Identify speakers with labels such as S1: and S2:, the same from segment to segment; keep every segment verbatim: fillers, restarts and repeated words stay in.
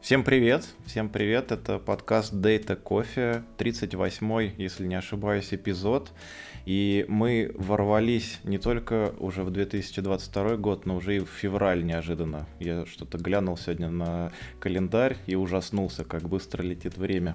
S1: Всем привет, всем привет, это подкаст Data Coffee, тридцать восьмой, если не ошибаюсь, эпизод, и мы ворвались не только уже в две тысячи двадцать второй год, но уже и в февраль неожиданно. Я что-то глянул сегодня на календарь и ужаснулся, как быстро летит время.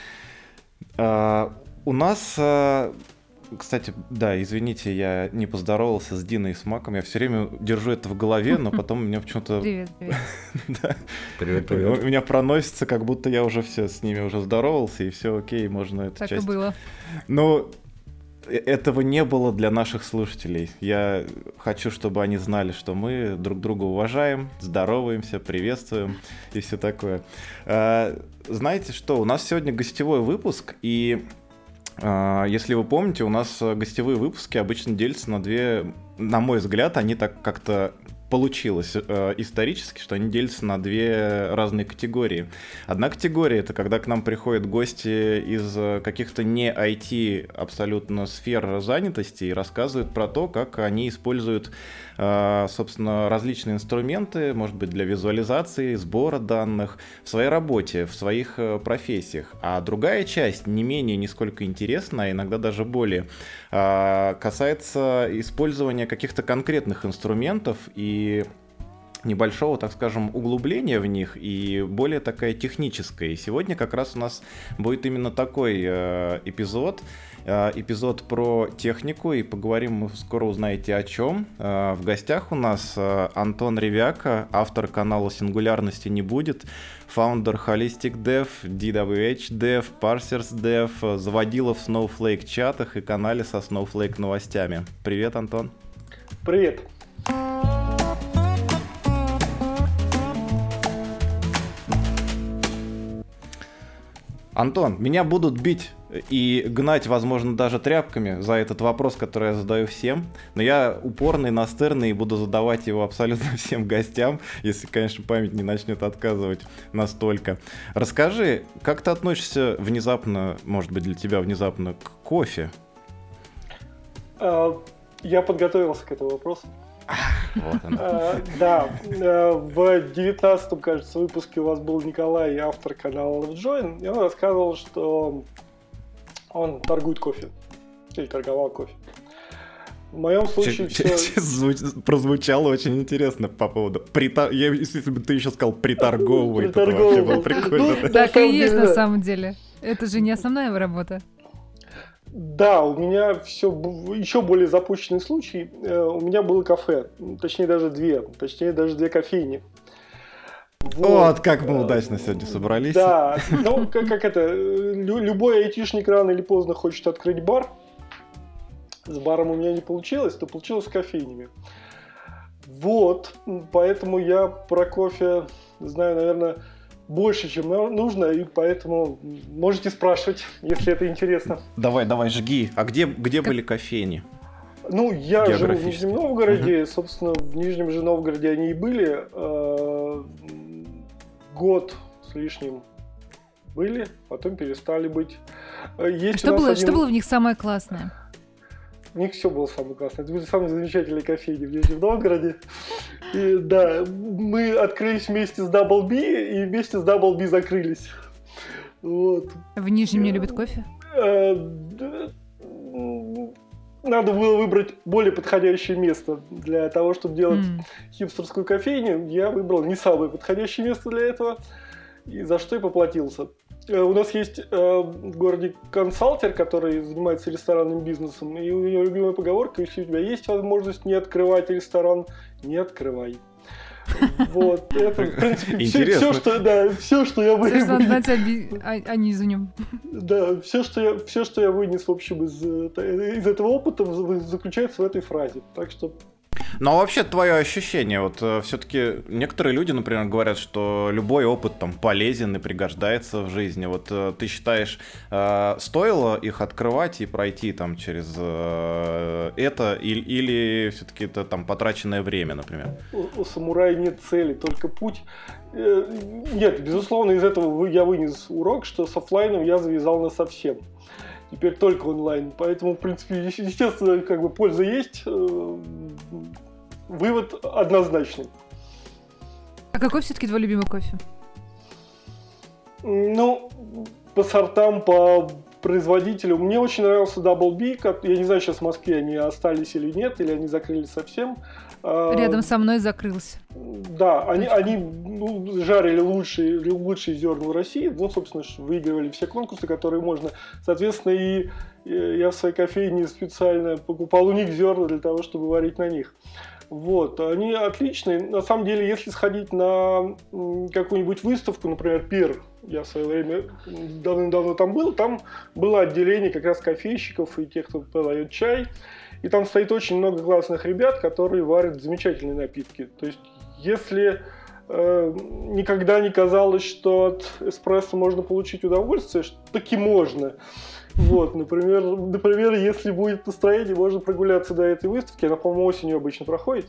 S1: А, у нас... А... Кстати, да, извините, я не поздоровался с Диной и с Маком. Я все время держу это в голове, но потом у меня почему-то...
S2: Привет, привет.
S1: да.
S3: Привет, привет.
S1: У меня проносится, как будто я уже все с ними уже здоровался, и все окей, можно эту
S2: так
S1: часть...
S2: Так и было.
S1: Но этого не было для наших слушателей. Я хочу, чтобы они знали, что мы друг друга уважаем, здороваемся, приветствуем и все такое. А, знаете что, у нас сегодня гостевой выпуск, и... Если вы помните, у нас гостевые выпуски обычно делятся на две, на мой взгляд, они так как-то получилось э, исторически, что они делятся на две разные категории. Одна категория — это когда к нам приходят гости из каких-то не ай ти абсолютно сфер занятости и рассказывают про то, как они используют, э, собственно, различные инструменты, может быть, для визуализации, сбора данных в своей работе, в своих э, профессиях. А другая часть, не менее нисколько интересная, а иногда даже более, э, касается использования каких-то конкретных инструментов и небольшого, так скажем, углубления в них, и более такая техническая. И сегодня как раз у нас будет именно такой э, эпизод, э, эпизод про технику, и поговорим мы скоро узнаете о чем. Э, в гостях у нас э, Антон Ревяка, автор канала «Сингулярности не будет», фаундер Holistic Dev, ди дабл ю эйч Dev, Parsers Dev, заводила в Snowflake чатах и канале со Snowflake новостями. Привет, Антон.
S4: Привет.
S1: Антон, меня будут бить и гнать, возможно, даже тряпками за этот вопрос, который я задаю всем, но я упорный, настырный и буду задавать его абсолютно всем гостям, если, конечно, память не начнет отказывать настолько. Расскажи, как ты относишься внезапно, может быть, для тебя внезапно, к кофе?
S4: Я подготовился к этому вопросу.
S1: Вот он.
S4: А, да, в девятнадцатом, кажется, выпуске у вас был Николай, автор канала LoveJoin, и он рассказывал, что он торгует кофе, или торговал кофе. В моем случае все...
S1: Прозвучало очень интересно по поводу... Притор... Я, если бы ты еще сказал «приторговывает», это вообще было прикольно.
S2: Так и есть на самом деле. Это же не основная его работа.
S4: Да, у меня все еще более запущенный случай. У меня было кафе, точнее даже две, точнее даже две кофейни.
S1: Вот, вот как мы удачно сегодня собрались.
S4: Да, ну как, как это, лю, любой айтишник рано или поздно хочет открыть бар. С баром у меня не получилось, то получилось с кофейнями. Вот, поэтому я про кофе знаю, наверное, больше, чем нужно, и поэтому можете спрашивать, если это интересно.
S1: Давай, давай, жги. А где, где были кофейни?
S4: Ну, я живу в Нижнем Новгороде, uh-huh. собственно, в Нижнем же Новгороде они и были. Год с лишним были, потом перестали быть. Есть
S2: что, было,
S4: один...
S2: что было в них самое классное?
S4: У них все было самое классное. Это были самые замечательные кофейни в Нижнем Новгороде. И, да, мы открылись вместе с Double B и вместе с Double B закрылись. Вот.
S2: В Нижнем не любят кофе?
S4: Надо было выбрать более подходящее место для того, чтобы делать mm. хипстерскую кофейню. Я выбрал не самое подходящее место для этого, и за что и поплатился. У нас есть э, в городе консалтер, который занимается ресторанным бизнесом, и у него любимая поговорка: если у тебя есть возможность не открывать ресторан, не открывай. Вот, это, в принципе, все, все, что, да, все, что я вынес.
S2: Все, что надо знать о, о, о низунем.
S4: Да, все, что я, все, что я вынес, в общем, из, из этого опыта, заключается в этой фразе. Так что...
S1: Ну а вообще твое ощущение, вот э, все-таки некоторые люди, например, говорят, что любой опыт там полезен и пригождается в жизни. Вот э, ты считаешь, э, стоило их открывать и пройти там через э, это, или, или все-таки это там потраченное время, например?
S4: У, у самурая нет цели, только путь. Э, нет, безусловно, из этого я вынес урок, что с офлайном я завязал насовсем. Теперь только онлайн. Поэтому, в принципе, естественно, как бы польза есть. Вывод однозначный.
S2: А какой все-таки твой любимый кофе?
S4: Ну, по сортам, по производителю. Мне очень нравился Double B. Я не знаю, сейчас в Москве они остались или нет, или они закрылись совсем.
S2: Рядом со мной закрылся.
S4: Да, они, они ну, жарили лучшие, лучшие зерна в России. Ну, собственно, выигрывали все конкурсы, которые можно. Соответственно, и я в своей кофейне специально покупал у них зерна для того, чтобы варить на них. Вот, они отличные. На самом деле, если сходить на какую-нибудь выставку, например, Пир, я в свое время давным-давно там был, там было отделение как раз кофейщиков и тех, кто подает чай. И там стоит очень много классных ребят, которые варят замечательные напитки. То есть, если э, никогда не казалось, что от эспрессо можно получить удовольствие, таки можно. Вот, например, например, если будет настроение, можно прогуляться до этой выставки. Она, по-моему, осенью обычно проходит.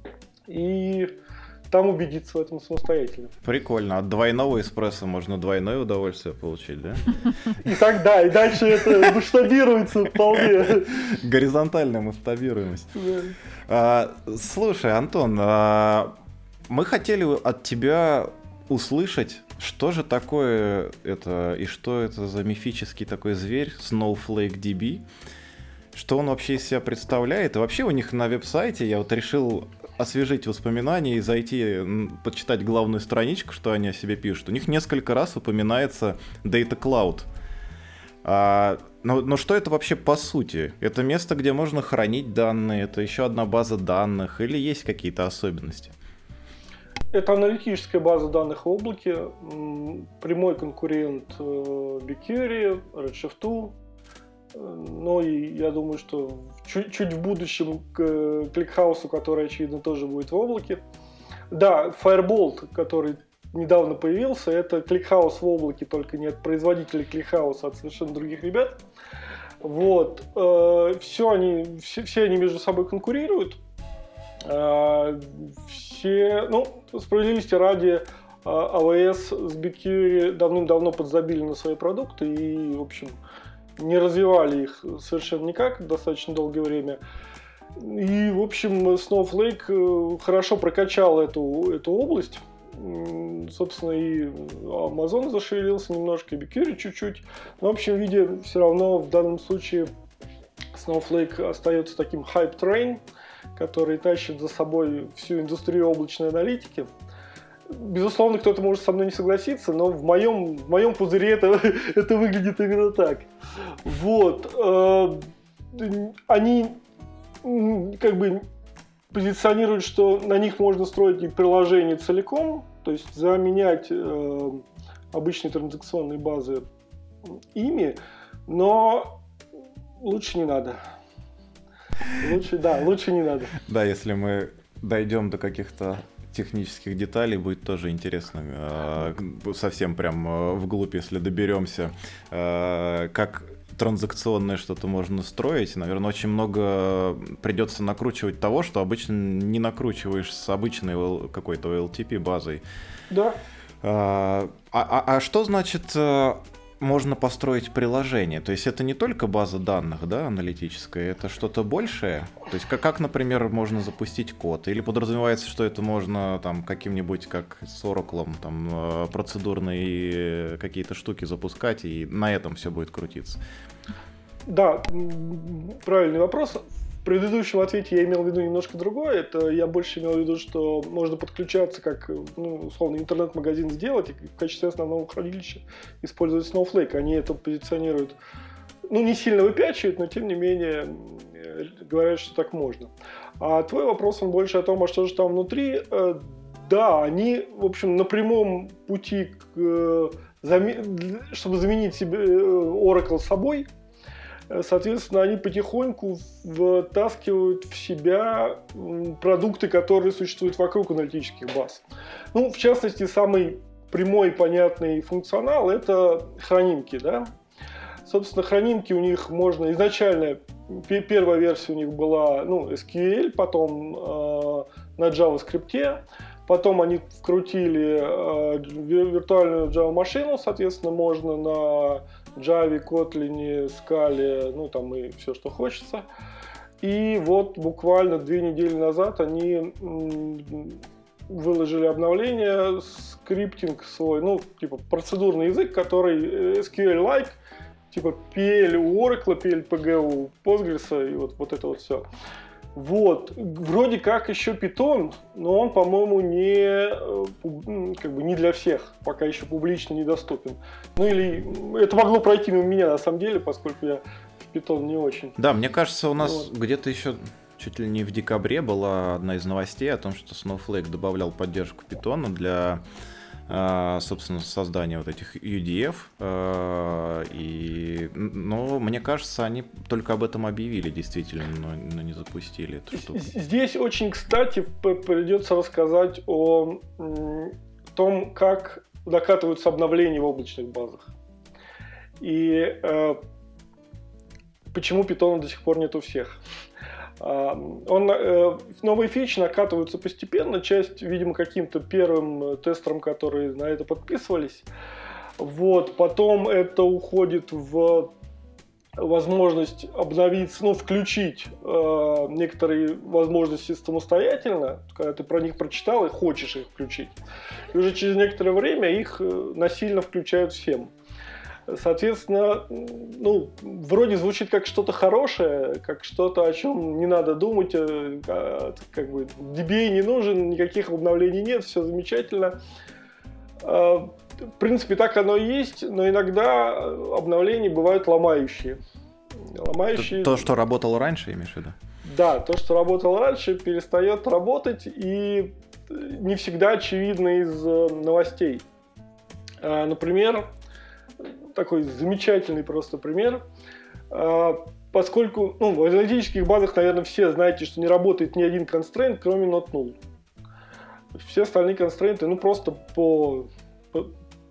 S4: И там убедиться в этом самостоятельно.
S1: Прикольно. От двойного эспрессо можно двойное удовольствие получить, да?
S4: И тогда, и дальше это масштабируется вполне.
S1: Горизонтальная масштабируемость.
S4: Да.
S1: А, слушай, Антон, а, мы хотели от тебя услышать, что же такое это и что это за мифический такой зверь Snowflake ди би, что он вообще из себя представляет. И вообще у них на веб-сайте я вот решил освежить воспоминания и зайти, почитать главную страничку, что они о себе пишут. У них несколько раз упоминается Data Cloud. А, но, но что это вообще по сути? Это место, где можно хранить данные, это еще одна база данных или есть какие-то особенности?
S4: Это аналитическая база данных в облаке, прямой конкурент BigQuery, Redshift, но и я думаю, что чуть, чуть в будущем к ClickHouse, который, очевидно, тоже будет в облаке. Да, Firebolt, который недавно появился, это ClickHouse в облаке, только не от производителей ClickHouse, а от совершенно других ребят. Вот. Все они, все, все они между собой конкурируют. Все, ну, справедливости ради, эй ви эс с BigQuery давным-давно подзабили на свои продукты и, в общем, не развивали их совершенно никак достаточно долгое время. И, в общем, Snowflake хорошо прокачал эту, эту область. Собственно, и Amazon зашевелился немножко, и BigQuery чуть-чуть. Но, в общем виде, все равно в данном случае Snowflake остается таким hype train, который тащит за собой всю индустрию облачной аналитики. Безусловно, кто-то может со мной не согласиться, но в моем, в моем пузыре это, это выглядит именно так. Вот. Они как бы позиционируют, что на них можно строить приложение целиком, то есть заменять обычные транзакционные базы ими, но лучше не надо. Лучше, да, лучше не надо.
S1: Да, если мы дойдем до каких-то технических деталей, будет тоже интересно. Совсем прям вглубь, если доберемся, как транзакционное что-то можно строить. Наверное, очень много придется накручивать того, что обычно не накручиваешь с обычной какой-то эл ти пи базой.
S4: Да.
S1: А, а, а что значит можно построить приложение? То есть это не только база данных, да, аналитическая, это что-то большее? То есть как, как, например, можно запустить код? Или подразумевается, что это можно там каким-нибудь, как с Oracle, там процедурные какие-то штуки запускать, и на этом все будет крутиться?
S4: Да, правильный вопрос. В предыдущем ответе я имел в виду немножко другое. Это я больше имел в виду, что можно подключаться, как, ну, условно, интернет-магазин сделать и в качестве основного хранилища использовать Snowflake. Они это позиционируют, ну, не сильно выпячивают, но тем не менее говорят, что так можно. А твой вопрос, он больше о том, а что же там внутри. Да, они, в общем, на прямом пути, к, чтобы заменить себе Oracle собой. Соответственно, они потихоньку втаскивают в себя продукты, которые существуют вокруг аналитических баз. Ну, в частности, самый прямой и понятный функционал – это хранимки. Да? Собственно, хранимки у них можно… Изначально первая версия у них была, ну, эс кью эль, потом э, на JavaScript, потом они вкрутили э, виртуальную Java-машину, соответственно, можно на Java, Kotlin, Scala, ну там и все, что хочется. И вот буквально две недели назад они выложили обновление, скриптинг свой, ну, типа процедурный язык, который эс кью эль-like, типа пи эл у Oracle, пи эл пи джи у Postgres и вот, вот это вот все. Вот. Вроде как еще Python, но он, по-моему, не, как бы не для всех, пока еще публично недоступен. Ну или это могло пройти мимо меня на самом деле, поскольку я в Python не очень.
S1: Да, мне кажется, у нас
S4: вот.
S1: где-то еще чуть ли не в декабре была одна из новостей о том, что Snowflake добавлял поддержку Python для, собственно, создания вот этих ю ди эф. И, но мне кажется, они только об этом объявили действительно, но, но не запустили эту штуку.
S4: Здесь очень, кстати, придется рассказать о том, как докатываются обновления в облачных базах. И э, почему Python до сих пор нет у всех. Он, новые фичи накатываются постепенно, часть, видимо, каким-то первым тестерам, которые на это подписывались. Вот. Потом это уходит в возможность обновиться, ну, включить э, некоторые возможности самостоятельно, когда ты про них прочитал и хочешь их включить. И уже через некоторое время их насильно включают всем. Соответственно, ну, вроде звучит как что-то хорошее, как что-то, о чем не надо думать, как бы ди би эй не нужен, никаких обновлений нет, все замечательно. В принципе, так оно и есть, но иногда обновления бывают ломающие. ломающие...
S1: То, что работало раньше, имеешь в виду?
S4: Да, то, что работало раньше, перестает работать, и не всегда очевидно из новостей. Например, такой замечательный просто пример. Поскольку, ну, в аналитических базах, наверное, все знаете, что не работает ни один constraint, кроме not null. Все остальные констрейнты, ну, просто по... по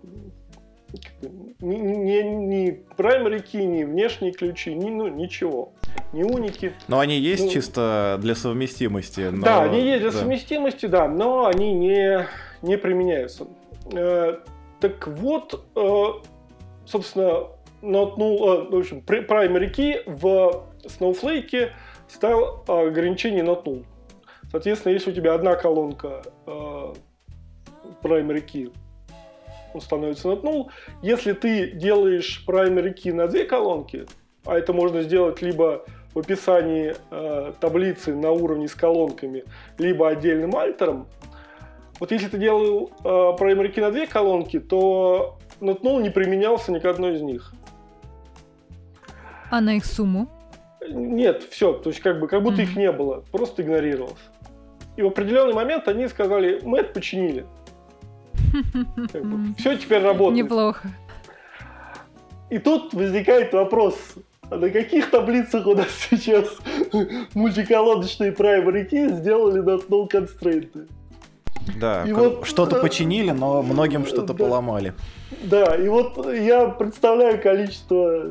S4: ни, ни, ни primary key, ни внешние ключи, ни, ну, ничего. Ни уники.
S1: Но они есть
S4: ну,
S1: чисто для совместимости. Но...
S4: Да, они есть для
S1: да.
S4: совместимости, да, но они не, не применяются. Э, так вот, э, собственно, not null, в общем, primary key в Snowflake ставил ограничение not null. Соответственно, если у тебя одна колонка э, primary key, он становится not null. Если ты делаешь primary key на две колонки, а это можно сделать либо в описании э, таблицы на уровне с колонками, либо отдельным альтером, вот если ты делал э, primary key на две колонки, то not null не применялся ни к одной из них.
S2: А на их сумму?
S4: Нет, все, то есть как бы как будто mm-hmm. их не было, просто игнорировалось. И в определенный момент они сказали, мы это починили. Как бы, все теперь работает.
S2: Неплохо.
S4: И тут возникает вопрос, а на каких таблицах у нас сейчас мультиколоночные primary key сделали not null constraint?
S1: Да,
S4: и вот,
S1: что-то починили, но многим что-то
S4: да,
S1: поломали.
S4: Да, и вот я представляю количество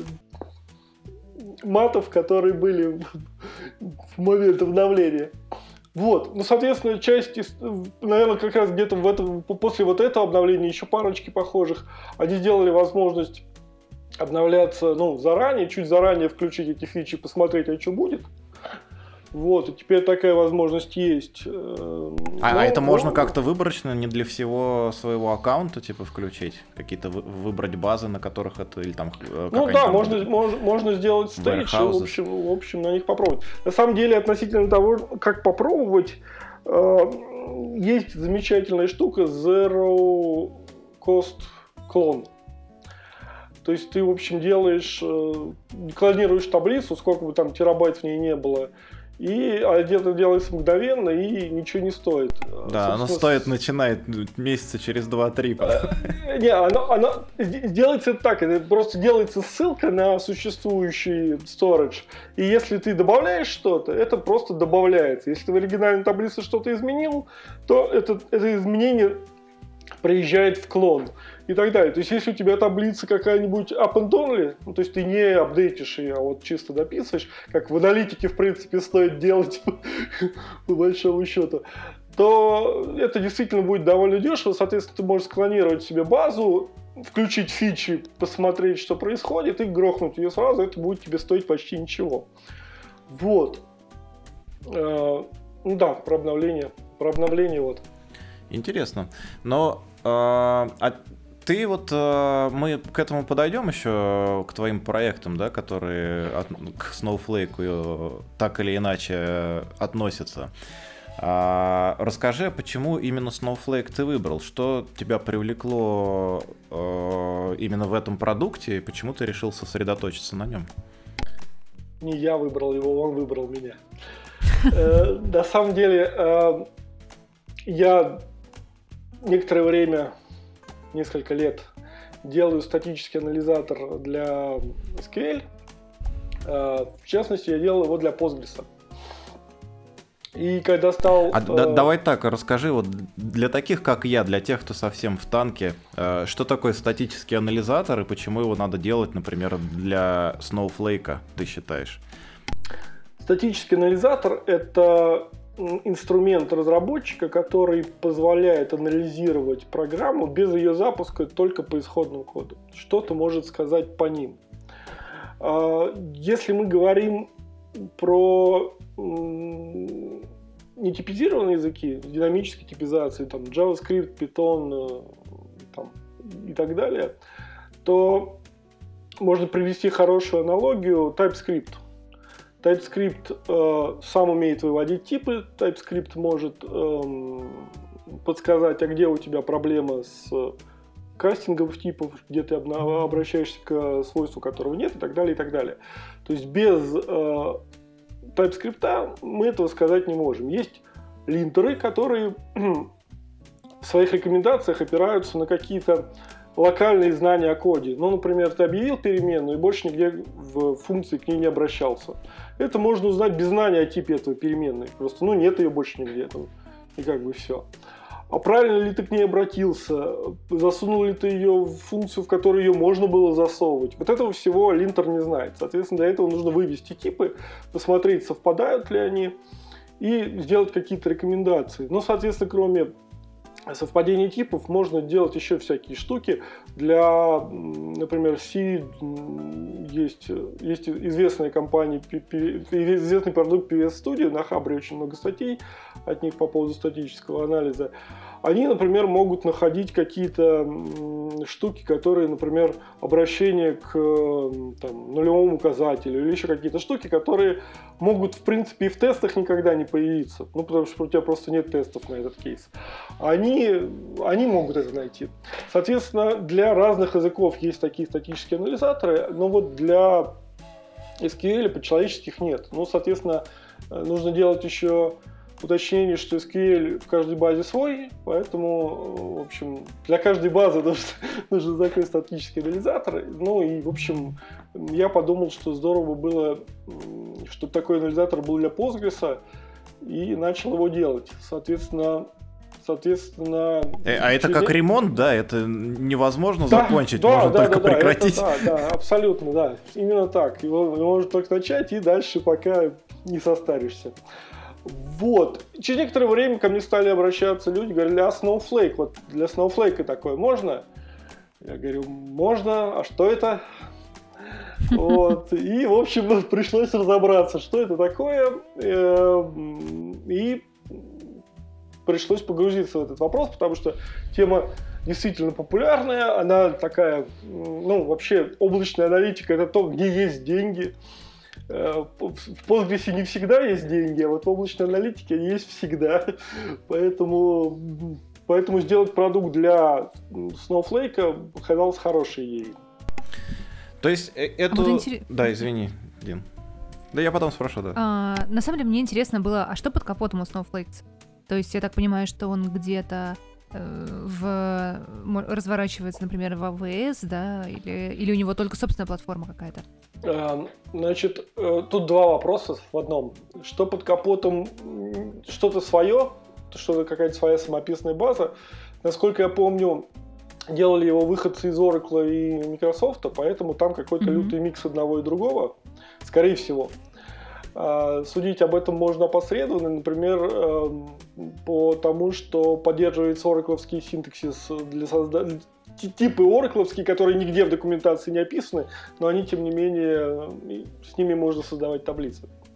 S4: матов, которые были в момент обновления. Вот, ну, соответственно, часть, наверное, как раз где-то в этом, после вот этого обновления еще парочки похожих, они сделали возможность обновляться, ну, заранее, чуть заранее включить эти фичи, посмотреть, а что будет. Вот, и теперь такая возможность есть.
S1: А,
S4: ну,
S1: а это
S4: ну,
S1: можно как-то выборочно, не для всего своего аккаунта, типа, включить? Какие-то вы, выбрать базы, на которых это, или там...
S4: Ну да, можно, можно, можно сделать стейдж, в общем, в общем, на них попробовать. На самом деле, относительно того, как попробовать, э, есть замечательная штука Zero Cost Clone. То есть ты, в общем, делаешь, э, клонируешь таблицу, сколько бы там терабайт в ней не было, и это делается мгновенно и ничего не стоит.
S1: Да, оно стоит, начинает месяца через два-три.
S4: Не, оно, оно делается так, это просто делается ссылка на существующий storage, и если ты добавляешь что-то, это просто добавляется. Если ты в оригинальной таблице что-то изменил, то это, это изменение приезжает в клон и так далее. То есть, если у тебя таблица какая-нибудь up and only, ну, то есть ты не апдейтишь ее, а вот чисто дописываешь, как в аналитике, в принципе, стоит делать по большому счету, то это действительно будет довольно дешево. Соответственно, ты можешь склонировать себе базу, включить фичи, посмотреть, что происходит, и грохнуть ее сразу. Это будет тебе стоить почти ничего. Вот. Ну да, про обновление. Про обновление вот.
S1: Интересно. Но э, а ты вот, э, мы к этому подойдем еще, к твоим проектам, да, которые от, к Snowflake так или иначе относятся. А, расскажи, почему именно Snowflake ты выбрал? Что тебя привлекло э, именно в этом продукте, и почему ты решил сосредоточиться на нем?
S4: Не я выбрал его, он выбрал меня. На самом деле, я некоторое время, несколько лет, делаю статический анализатор для эс кью эль. В частности, я делал его для Postgres. И когда стал...
S1: А, э... да, давай так, расскажи, вот для таких, как я, для тех, кто совсем в танке, э, что такое статический анализатор и почему его надо делать, например, для Snowflake, ты считаешь?
S4: Статический анализатор — это инструмент разработчика, который позволяет анализировать программу без ее запуска только по исходному коду. Что-то может сказать по ним. Если мы говорим про нетипизированные языки, динамической типизации, там, JavaScript, Python там, и так далее, то можно привести хорошую аналогию TypeScript. TypeScript э, сам умеет выводить типы, TypeScript может э, подсказать, а где у тебя проблема с кастингом типов, где ты обращаешься к свойству, которого нет, и так далее, и так далее. То есть без э, TypeScript мы этого сказать не можем. Есть линтеры, которые в своих рекомендациях опираются на какие-то локальные знания о коде. Ну, например, ты объявил переменную и больше нигде в функции к ней не обращался. Это можно узнать без знания о типе этого переменной. Просто, ну, нет ее больше нигде. Там, и как бы все. А правильно ли ты к ней обратился? Засунул ли ты ее в функцию, в которую ее можно было засовывать? Вот этого всего линтер не знает. Соответственно, для этого нужно вывести типы, посмотреть, совпадают ли они, и сделать какие-то рекомендации. Но, соответственно, кроме совпадение типов можно делать еще всякие штуки. Для, например, C есть, есть известная компания, известный продукт пи ви эс Studio, на Хабре очень много статей от них по поводу статического анализа. Они, например, могут находить какие-то штуки, которые, например, обращение к там, нулевому указателю или еще какие-то штуки, которые могут, в принципе, и в тестах никогда не появиться. Ну, потому что у тебя просто нет тестов на этот кейс. Они, они могут это найти. Соответственно, для разных языков есть такие статические анализаторы, но вот для эс кью эль по-человеческих нет. Ну, соответственно, нужно делать еще уточнение, что эс кью эль в каждой базе свой, поэтому, в общем, для каждой базы нужен, нужен такой статический анализатор. Ну и, в общем, я подумал, что здорово было, чтобы такой анализатор был для Postgres, и начал его делать. Соответственно, соответственно...
S1: А это как ремонт, да? Это невозможно
S4: да,
S1: закончить,
S4: да,
S1: можно
S4: да,
S1: только
S4: да,
S1: прекратить.
S4: Да, это, да, да, абсолютно, да. Именно так. Его можно только начать и дальше, пока не состаришься. Вот. Через некоторое время ко мне стали обращаться люди, говорили, а Snowflake, вот для Snowflake такое можно? Я говорю, можно, а что это? Вот. И, в общем, пришлось разобраться, что это такое, и пришлось погрузиться в этот вопрос, потому что тема действительно популярная, она такая, ну, вообще, облачная аналитика — это то, где есть деньги. В Postgres не всегда есть деньги, а вот в облачной аналитике есть всегда. Поэтому, поэтому сделать продукт для Snowflake оказалось хорошей идеей.
S1: То есть это... А вот интерес... Да, извини, Дин. Да я потом спрошу, да.
S2: А, на самом деле мне интересно было, а что под капотом у Snowflake? То есть я так понимаю, что он где-то э, в... разворачивается, например, в эй дабл ю эс, да? Или, или у него только собственная платформа какая-то?
S4: Значит, тут два вопроса в одном. Что под капотом? Что-то свое, что-то какая-то своя самописная база. Насколько я помню, делали его выходцы из Oracle и Microsoft, поэтому там какой-то mm-hmm. лютый микс одного и другого, скорее всего. Судить об этом можно опосредованно, например, по тому, что поддерживается оракловский синтаксис для создания... Типы оракловские, которые нигде в документации не описаны, но они, тем не менее, с ними можно создавать таблицы.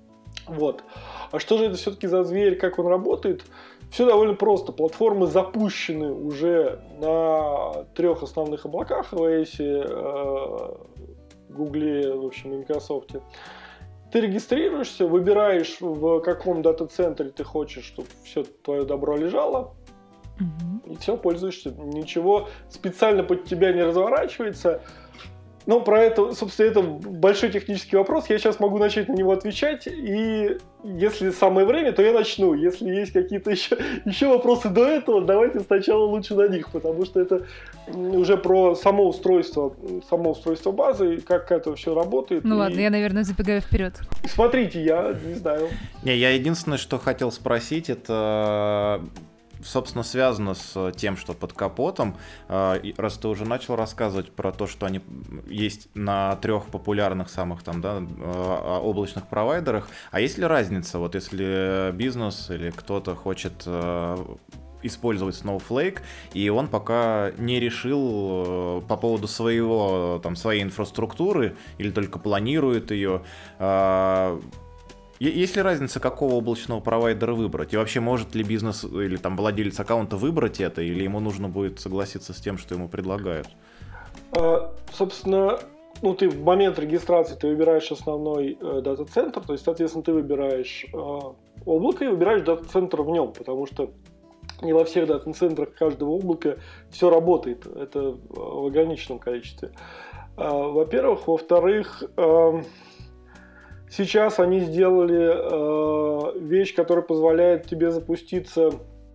S4: Вот. А что же это все-таки за зверь, как он работает? Все довольно просто. Платформы запущены уже на трех основных облаках: эй дабл ю эс, Google, в общем, и Microsoft. Ты регистрируешься, выбираешь, в каком дата-центре ты хочешь, чтобы все твое добро лежало, угу. и все, пользуешься. Ничего специально под тебя не разворачивается. Но про это, собственно, это большой технический вопрос. Я сейчас могу начать на него отвечать, и если самое время, то я начну. Если есть какие-то еще, еще вопросы до этого, давайте сначала лучше на них, потому что это уже про само устройство, само устройство базы, как это все работает.
S2: Ну
S4: и...
S2: ладно, я, наверное, забегаю вперед.
S4: Смотрите, я не знаю.
S1: Не, я единственное, что хотел спросить, это... собственно, связано с тем, что под капотом, раз ты уже начал рассказывать про то, что они есть на трех популярных самых там, да, облачных провайдерах, а есть ли разница, вот если бизнес или кто-то хочет использовать Snowflake, и он пока не решил по поводу своего, там, своей инфраструктуры или только планирует ее, есть ли разница, какого облачного провайдера выбрать? И вообще, может ли бизнес или там владелец аккаунта выбрать это, или ему нужно будет согласиться с тем, что ему предлагают?
S4: А, собственно, ну, ты в момент регистрации ты выбираешь основной э, дата-центр, то есть, соответственно, ты выбираешь э, облако и выбираешь дата-центр в нем, потому что не во всех дата-центрах каждого облака все работает. Это в ограниченном количестве. А, во-первых. Во-вторых... Э, Сейчас они сделали э, вещь, которая позволяет тебе запуститься,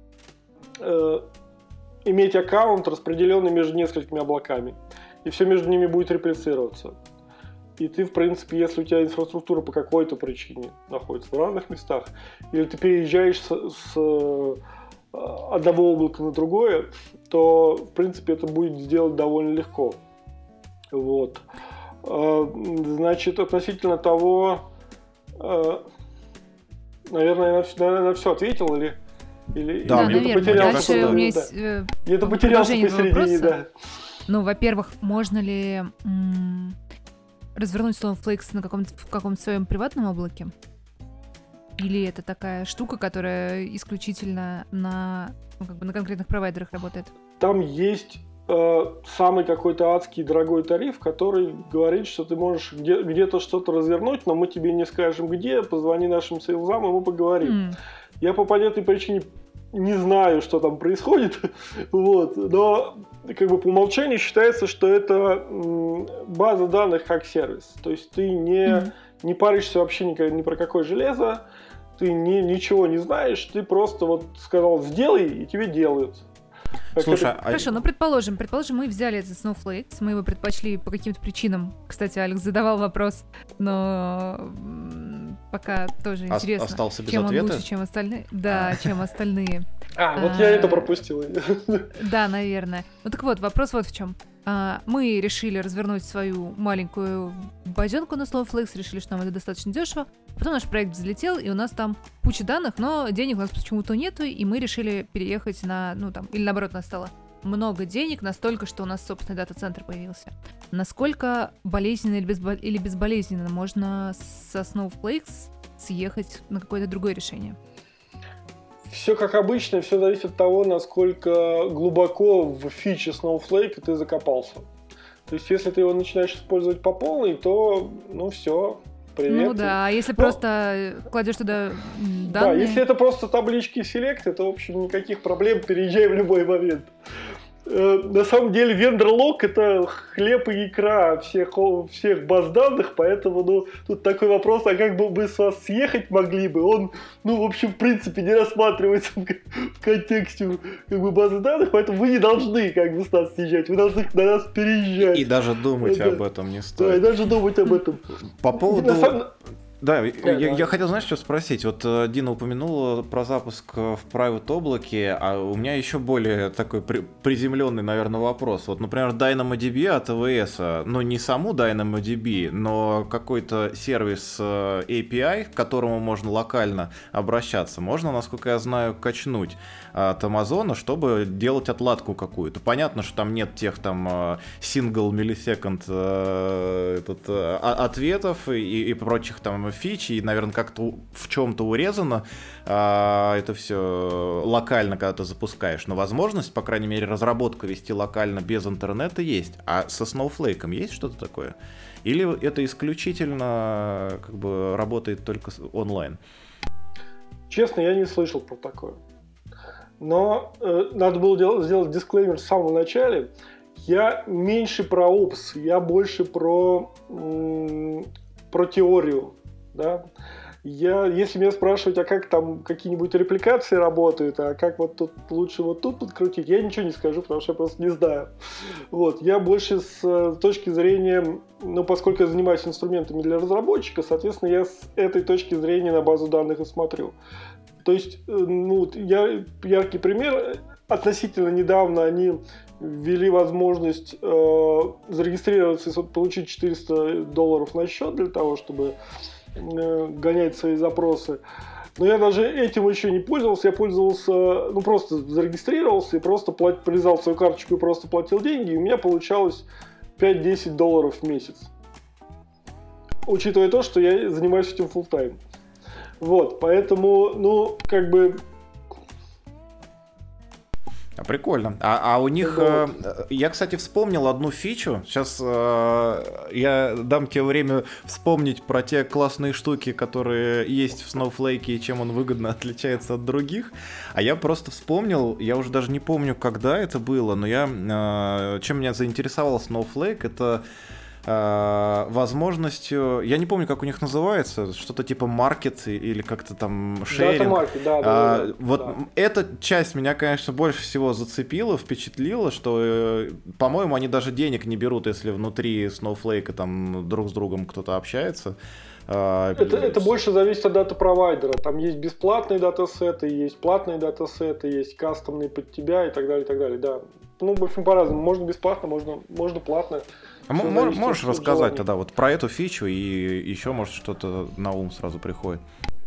S4: э, иметь аккаунт, распределенный между несколькими облаками. И все между ними будет реплицироваться. И ты, в принципе, если у тебя инфраструктура по какой-то причине находится в разных местах, или ты переезжаешь с, с э, одного облака на другое, то, в принципе, это будет сделать довольно легко. Вот. Значит, относительно того, наверное, я на, на, на все ответил, или, или,
S2: да,
S4: или
S2: наверное.
S4: потерялся.
S2: Дальше у меня
S4: да.
S2: есть э,
S4: это потерялся посередине, да.
S2: Ну, во-первых, можно ли м- развернуть Snowflake на каком-то, в каком-то своем приватном облаке? Или это такая штука, которая исключительно на, ну, как бы на конкретных провайдерах работает?
S4: Там есть самый какой-то адский дорогой тариф, который говорит, что ты можешь где- где-то что-то развернуть, но мы тебе не скажем где, позвони нашим сейлзам, и мы поговорим. Mm. Я по понятной причине не знаю, что там происходит, вот, но как бы по умолчанию считается, что это м, база данных как сервис. То есть ты не, mm. не паришься вообще ни, ни про какое железо, ты не, ничего не знаешь, ты просто вот сказал «сделай», и тебе делают.
S1: Слушай,
S2: а... Хорошо, ну предположим, предположим, мы взяли этот Snowflake, мы его предпочли по каким-то причинам. Кстати, Алекс задавал вопрос, но пока тоже
S1: О-
S2: интересно.
S1: Остался без
S2: чем
S1: ответа?
S2: он лучше, чем остальные. Да, чем остальные.
S4: А, вот я это пропустил.
S2: Да, наверное. Ну так вот, вопрос вот в чем. Мы решили развернуть свою маленькую базенку на Snowflake, решили, что нам это достаточно дешево. Потом наш проект взлетел, и у нас там куча данных, но денег у нас почему-то нету, и мы решили переехать на, ну там, или наоборот, у нас стало много денег, настолько, что у нас собственный дата-центр появился. Насколько болезненно или, безбол... или безболезненно можно со Snowflake съехать на какое-то другое решение?
S4: Все как обычно, все зависит от того, насколько глубоко в фиче Snowflake ты закопался. То есть, если ты его начинаешь использовать по полной, то, ну, все, привет.
S2: Ну да, а если Но... просто кладешь туда данные...
S4: Да, если это просто таблички Select, то, в общем, никаких проблем, переезжай в любой момент. На самом деле, вендор-лог — это хлеб и икра всех, всех баз данных, поэтому, ну, тут такой вопрос, а как бы мы с вас съехать могли бы, он, ну, в общем, в принципе, не рассматривается в, в контексте, как бы, базы данных, поэтому вы не должны, как бы, с нас съезжать, вы должны на нас переезжать.
S1: И, и даже думать да. об этом не стоит.
S4: Да, и даже думать об этом.
S1: По поводу... Да,
S4: да,
S1: я,
S4: да.
S1: я хотел, знаешь, что спросить? Вот Дина упомянула про запуск в private облаке, а у меня еще более такой при, приземленный, наверное, вопрос. Вот, например, DynamoDB от эй дабл ю эс, ну, не саму DynamoDB, но какой-то сервис эй пи ай, к которому можно локально обращаться, можно, насколько я знаю, качнуть от Amazon, чтобы делать отладку какую-то. Понятно, что там нет тех там single millisecond этот, ответов и, и прочих там фичи, и, наверное, как-то в чем-то урезано а, это все локально, когда ты запускаешь. Но возможность, по крайней мере, разработку вести локально без интернета есть. А со Snowflake есть что-то такое? Или это исключительно как бы работает только онлайн?
S4: Честно, я не слышал про такое. Но э, надо было дел- сделать дисклеймер в самом начале. Я меньше про опс, я больше про, м- про теорию. Да? Я, если меня спрашивать, а как там какие-нибудь репликации работают, а как вот тут лучше вот тут подкрутить, я ничего не скажу, потому что я просто не знаю. Вот. Я больше с точки зрения, ну, поскольку я занимаюсь инструментами для разработчика, соответственно, я с этой точки зрения на базу данных и смотрю. То есть, ну, я, яркий пример, относительно недавно они ввели возможность э, зарегистрироваться и получить четыреста долларов на счет для того, чтобы э, гонять свои запросы. Но я даже этим еще не пользовался, я пользовался, ну, просто зарегистрировался и просто плат, полезал в свою карточку и просто платил деньги, и у меня получалось пять-десять долларов в месяц. Учитывая то, что я занимаюсь этим full-time. Вот, поэтому, ну, как бы...
S1: Прикольно. А, а у них... Э, я, кстати, вспомнил одну фичу. Сейчас э, я дам тебе время вспомнить про те классные штуки, которые есть в Snowflake и чем он выгодно отличается от других. А я просто вспомнил, я уже даже не помню, когда это было, но я... Э, чем меня заинтересовал Snowflake, это... возможностью, я не помню, как у них называется, что-то типа маркет или как-то там шеринг.
S4: Дата-маркет, да, да,
S1: а,
S4: да.
S1: Вот
S4: да.
S1: эта часть меня, конечно, больше всего зацепила, впечатлила, что, по-моему, они даже денег не берут, если внутри Snowflake там друг с другом кто-то общается.
S4: Это, это больше зависит от дата-провайдера. Там есть бесплатные датасеты, есть платные датасеты, есть кастомные под тебя и так далее, и так далее. Да. Ну, в общем, по-разному. Можно бесплатно, можно, можно платно.
S1: А м- можешь рассказать желания. Тогда вот про эту фичу и еще, может, что-то на ум сразу приходит?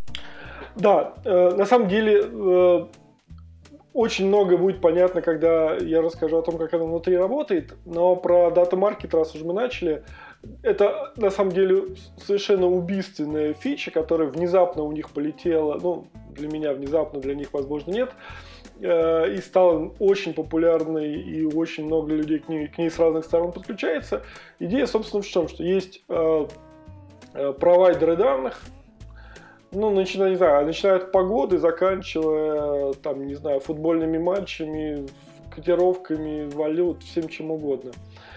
S4: Да, э, на самом деле э, очень много будет понятно, когда я расскажу о том, как она внутри работает, но про дата-маркет, раз уж мы начали, это на самом деле совершенно убийственная фича, которая внезапно у них полетела, ну, для меня внезапно, для них, возможно, нет, и стала очень популярной, и очень много людей к ней, к ней с разных сторон подключается. Идея, собственно, в чем? Что есть э, э, провайдеры данных, ну, начиная, не знаю, начиная от погоды, заканчивая, там, не знаю, футбольными матчами, котировками валют, всем чем угодно.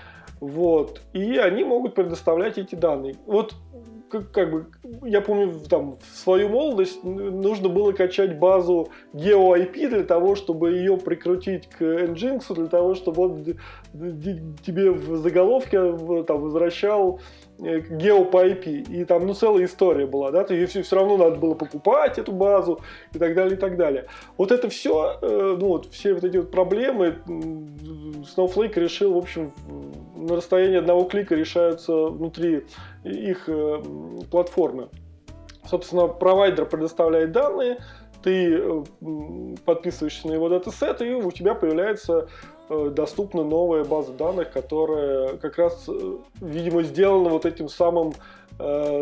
S4: Вот. И они могут предоставлять эти данные. Вот, как, как бы, я помню, там, в свою молодость нужно было качать базу GeoIP для того, чтобы ее прикрутить к Nginx, для того, чтобы он тебе в заголовке там, возвращал гео по ай пи. И там, ну, целая история была, да, и все, все равно надо было покупать эту базу и так далее, и так далее. Вот это все, ну, вот все вот эти вот проблемы Snowflake решил, в общем, на расстоянии одного клика решаются внутри их э, платформы. Собственно, провайдер предоставляет данные, ты э, подписываешься на его датасет, и у тебя появляется э, доступна новая база данных, которая как раз, э, видимо, сделана вот этим самым э,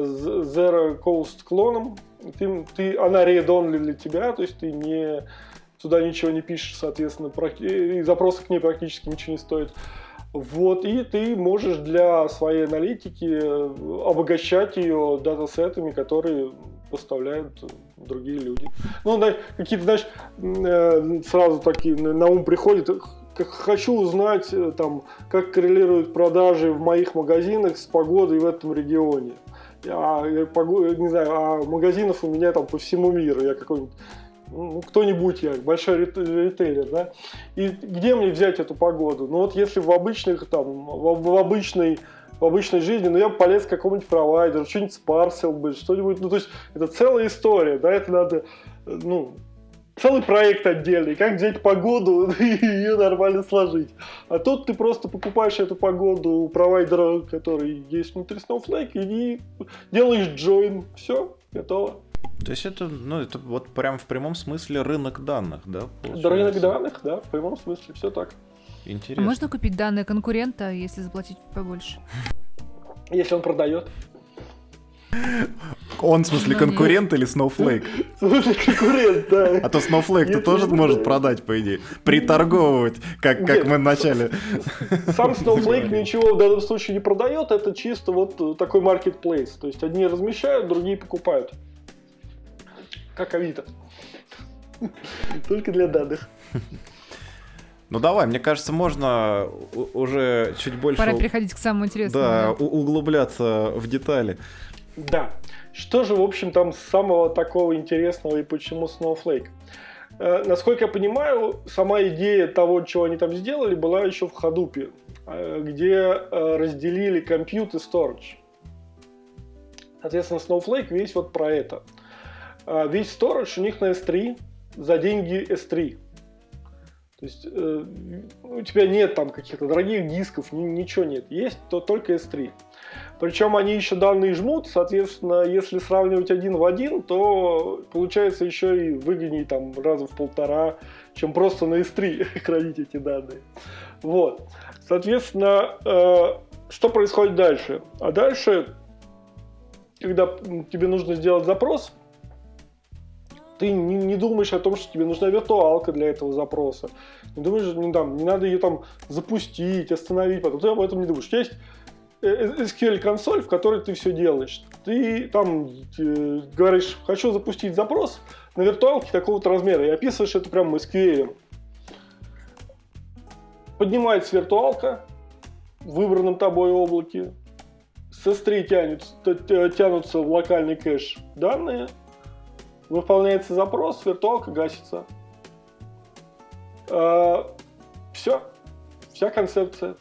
S4: Zero Cost клоном. Ты, ты, она read-only для тебя, то есть ты не, туда ничего не пишешь, соответственно, и запросы к ней практически ничего не стоят. Вот, и ты можешь для своей аналитики обогащать ее датасетами, которые поставляют другие люди. Ну, да, какие-то, знаешь, сразу такие на ум приходят. Хочу узнать, там, как коррелируют продажи в моих магазинах с погодой в этом регионе. А, не знаю, а магазинов у меня там по всему миру. Я какой-нибудь... Ну, кто-нибудь я, большой ритейлер, да, и где мне взять эту погоду? Ну, вот если в обычных, там, в, в обычной, в обычной жизни, ну, я бы полез к какому-нибудь провайдеру, что-нибудь спарсил бы, что-нибудь, ну, то есть, это целая история, да, это надо, ну, целый проект отдельный, как взять погоду и ее нормально сложить. А тут ты просто покупаешь эту погоду у провайдера, который есть внутри Snowflake, и делаешь join, все, готово.
S1: То есть это, ну, это вот прям в прямом смысле рынок данных, да?
S4: Да, рынок данных, да, в прямом смысле, все так.
S1: Интересно.
S2: А можно купить данные конкурента, если заплатить побольше?
S4: Если он продает.
S1: Он, в смысле, конкурент или Snowflake?
S4: В смысле, конкурент, да.
S1: А то Snowflake-то тоже может продать, по идее. Приторговывать, как, как мы вначале.
S4: Сам Snowflake ничего в данном случае не продает, это чисто вот такой marketplace. То есть одни размещают, другие покупают. Как Авито. Только для данных.
S1: Ну давай, мне кажется, можно уже чуть больше...
S2: Пора переходить к самому интересному.
S1: Да,
S2: да.
S1: углубляться в детали.
S4: Да. Что же, в общем, там самого такого интересного и почему Snowflake? Э, насколько я понимаю, сама идея того, чего они там сделали, была еще в Hadoop, э, где э, разделили compute и storage. Соответственно, Snowflake весь вот про это. Э, весь storage у них на эс три за деньги эс три. То есть э, у тебя нет там каких-то дорогих дисков, ни, ничего нет. Есть то только эс три. Причем они еще данные жмут, соответственно, если сравнивать один в один, то получается еще и выгоднее там раза в полтора, чем просто на эс три хранить эти данные. Вот. Соответственно, э, что происходит дальше? А дальше, когда тебе нужно сделать запрос, ты не, не думаешь о том, что тебе нужна виртуалка для этого запроса. Не думаешь, не, там, не надо ее там запустить, остановить, потом ты об этом не думаешь. У тебя есть эс кью эль-консоль, в которой ты все делаешь. Ты там э, говоришь, хочу запустить запрос на виртуалке такого-то размера, и описываешь это прямо эс кью эль. Поднимается виртуалка в выбранном тобой облаке, с эс три тянутся, тянутся в локальный кэш данные, выполняется запрос, виртуалка гасится. А, все. Вся концепция.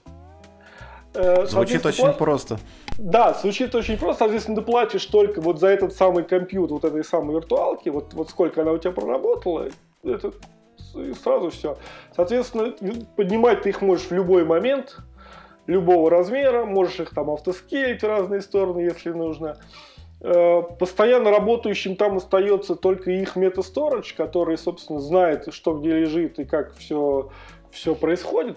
S1: Звучит очень
S4: плат...
S1: просто.
S4: Да, звучит очень просто. Соответственно, ты платишь только вот за этот самый компьютер, вот этой самой виртуалки, вот, вот сколько она у тебя проработала, это и сразу все. Соответственно, поднимать ты их можешь в любой момент, любого размера, можешь их там автоскейлить в разные стороны, если нужно. Постоянно работающим там остается только их MetaStorage, который, собственно, знает, что где лежит и как все, все происходит.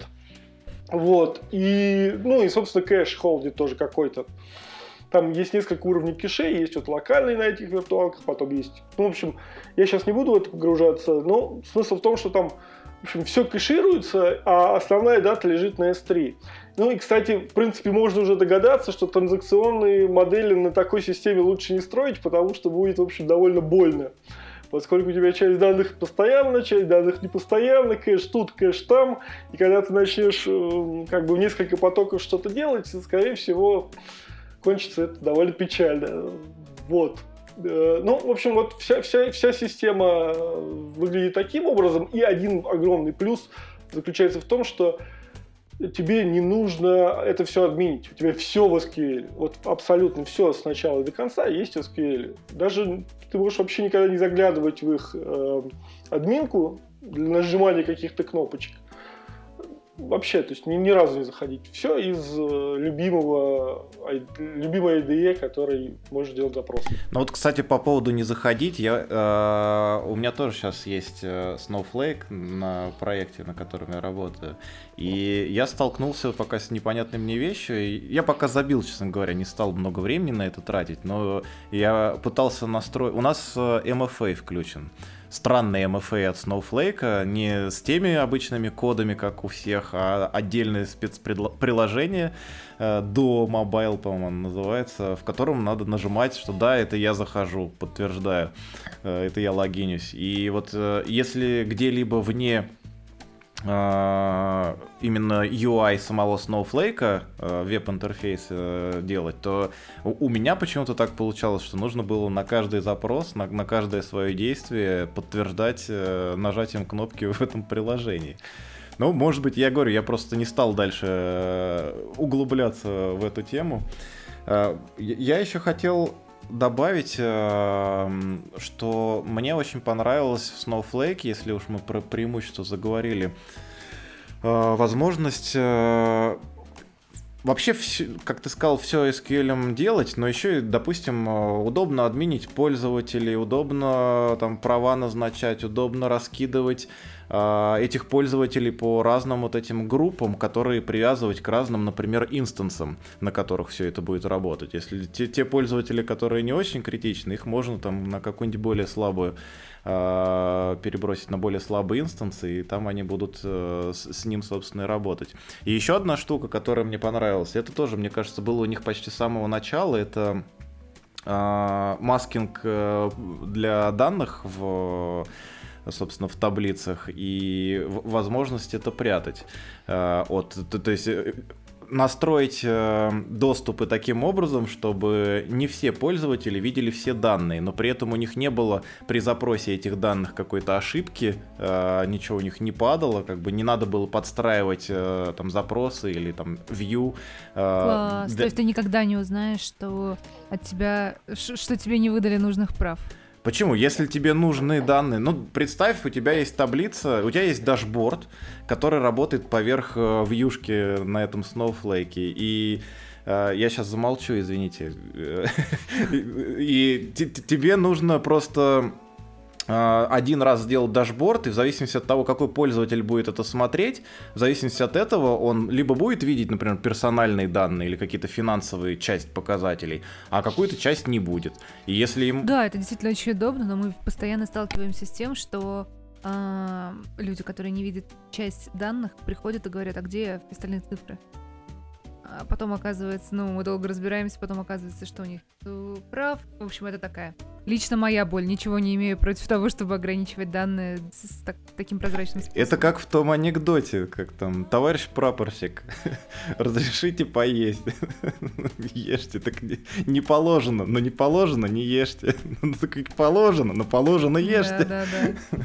S4: Вот. И, ну и, собственно, кэш холдит тоже какой-то. Там есть несколько уровней кэшей, есть вот локальные на этих виртуалках, потом есть... Ну, в общем, я сейчас не буду в это погружаться, но смысл в том, что там, в общем, все кэшируется, а основная дата лежит на эс три. Ну и, кстати, в принципе, можно уже догадаться, что транзакционные модели на такой системе лучше не строить, потому что будет, в общем, довольно больно. Поскольку у тебя часть данных постоянно, часть данных не постоянно, кэш тут, кэш там, и когда ты начнешь как бы в несколько потоков что-то делать, скорее всего, кончится это довольно печально. Вот. Ну, в общем, вот вся, вся, вся система выглядит таким образом, и один огромный плюс заключается в том, что тебе не нужно это все админить. У тебя все в эс кью эль. Вот абсолютно все с начала и до конца есть в эс кью эль. Даже ты можешь вообще никогда не заглядывать в их э, админку для нажимания каких-то кнопочек. Вообще, то есть ни, ни разу не заходить. Все из э, любимого, любимой ай ди и, который может делать запрос.
S1: Ну вот, кстати, по поводу не заходить, я, э, у меня тоже сейчас есть э, Snowflake на проекте, на котором я работаю. И я столкнулся пока с непонятной мне вещью. И я пока забил, честно говоря, не стал много времени на это тратить, но я пытался настроить... У нас эм эф эй включен. Странный эм эф эй от Snowflake, не с теми обычными кодами, как у всех, а отдельное спецприложение, до Mobile, по-моему, называется, в котором надо нажимать, что да, это я захожу, подтверждаю, это я логинюсь. И вот если где-либо вне именно ю ай самого Snowflake, веб-интерфейс делать, то у меня почему-то так получалось, что нужно было на каждый запрос, на, на каждое свое действие подтверждать нажатием кнопки в этом приложении. Ну, может быть, я говорю, я просто не стал дальше углубляться в эту тему. Я еще хотел добавить, что мне очень понравилось в Snowflake, если уж мы про преимущество заговорили, возможность Вообще, как ты сказал, все эс кью эль делать, но еще, допустим, удобно админить пользователей, удобно там права назначать, удобно раскидывать э, этих пользователей по разным вот этим группам, которые привязывать к разным, например, инстансам, на которых все это будет работать. Если те, те пользователи, которые не очень критичны, их можно там на какую-нибудь более слабую перебросить на более слабые инстансы, и там они будут э, с, с ним, собственно, и работать. И еще одна штука, которая мне понравилась, это тоже, мне кажется, было у них почти с самого начала, это э, маскинг для данных в, собственно, в таблицах и возможность это прятать. Э, от, то, то есть настроить э, доступы таким образом, чтобы не все пользователи видели все данные, но при этом у них не было при запросе этих данных какой-то ошибки, э, ничего у них не падало, как бы не надо было подстраивать э, там запросы или там view. Э,
S2: Класс,
S1: да...
S2: то есть ты никогда не узнаешь, что от тебя, что тебе не выдали нужных прав.
S1: Почему? Если тебе нужны данные, ну, представь, у тебя есть таблица, у тебя есть дашборд, который работает поверх э, вьюшки на этом Snowflake, и э, я сейчас замолчу, извините, и тебе нужно просто один раз сделать дашборд, и в зависимости от того, какой пользователь будет это смотреть, в зависимости от этого он либо будет видеть, например, персональные данные или какие-то финансовые часть показателей, а какую-то часть не будет. И если им...
S2: Да, это действительно очень удобно, но мы постоянно сталкиваемся с тем, что э, люди, которые не видят часть данных, приходят и говорят, а где остальные цифры? А потом оказывается, ну, мы долго разбираемся, потом оказывается, что у них прав. В общем, это такая лично моя боль. Ничего не имею против того, чтобы ограничивать данные с так, таким прозрачным способом.
S1: Это как в том анекдоте, как там, товарищ прапорщик, разрешите поесть. Ешьте, так не, не положено, но не положено, не ешьте. Ну, так как положено, но положено, ешьте.
S2: Да, да, да.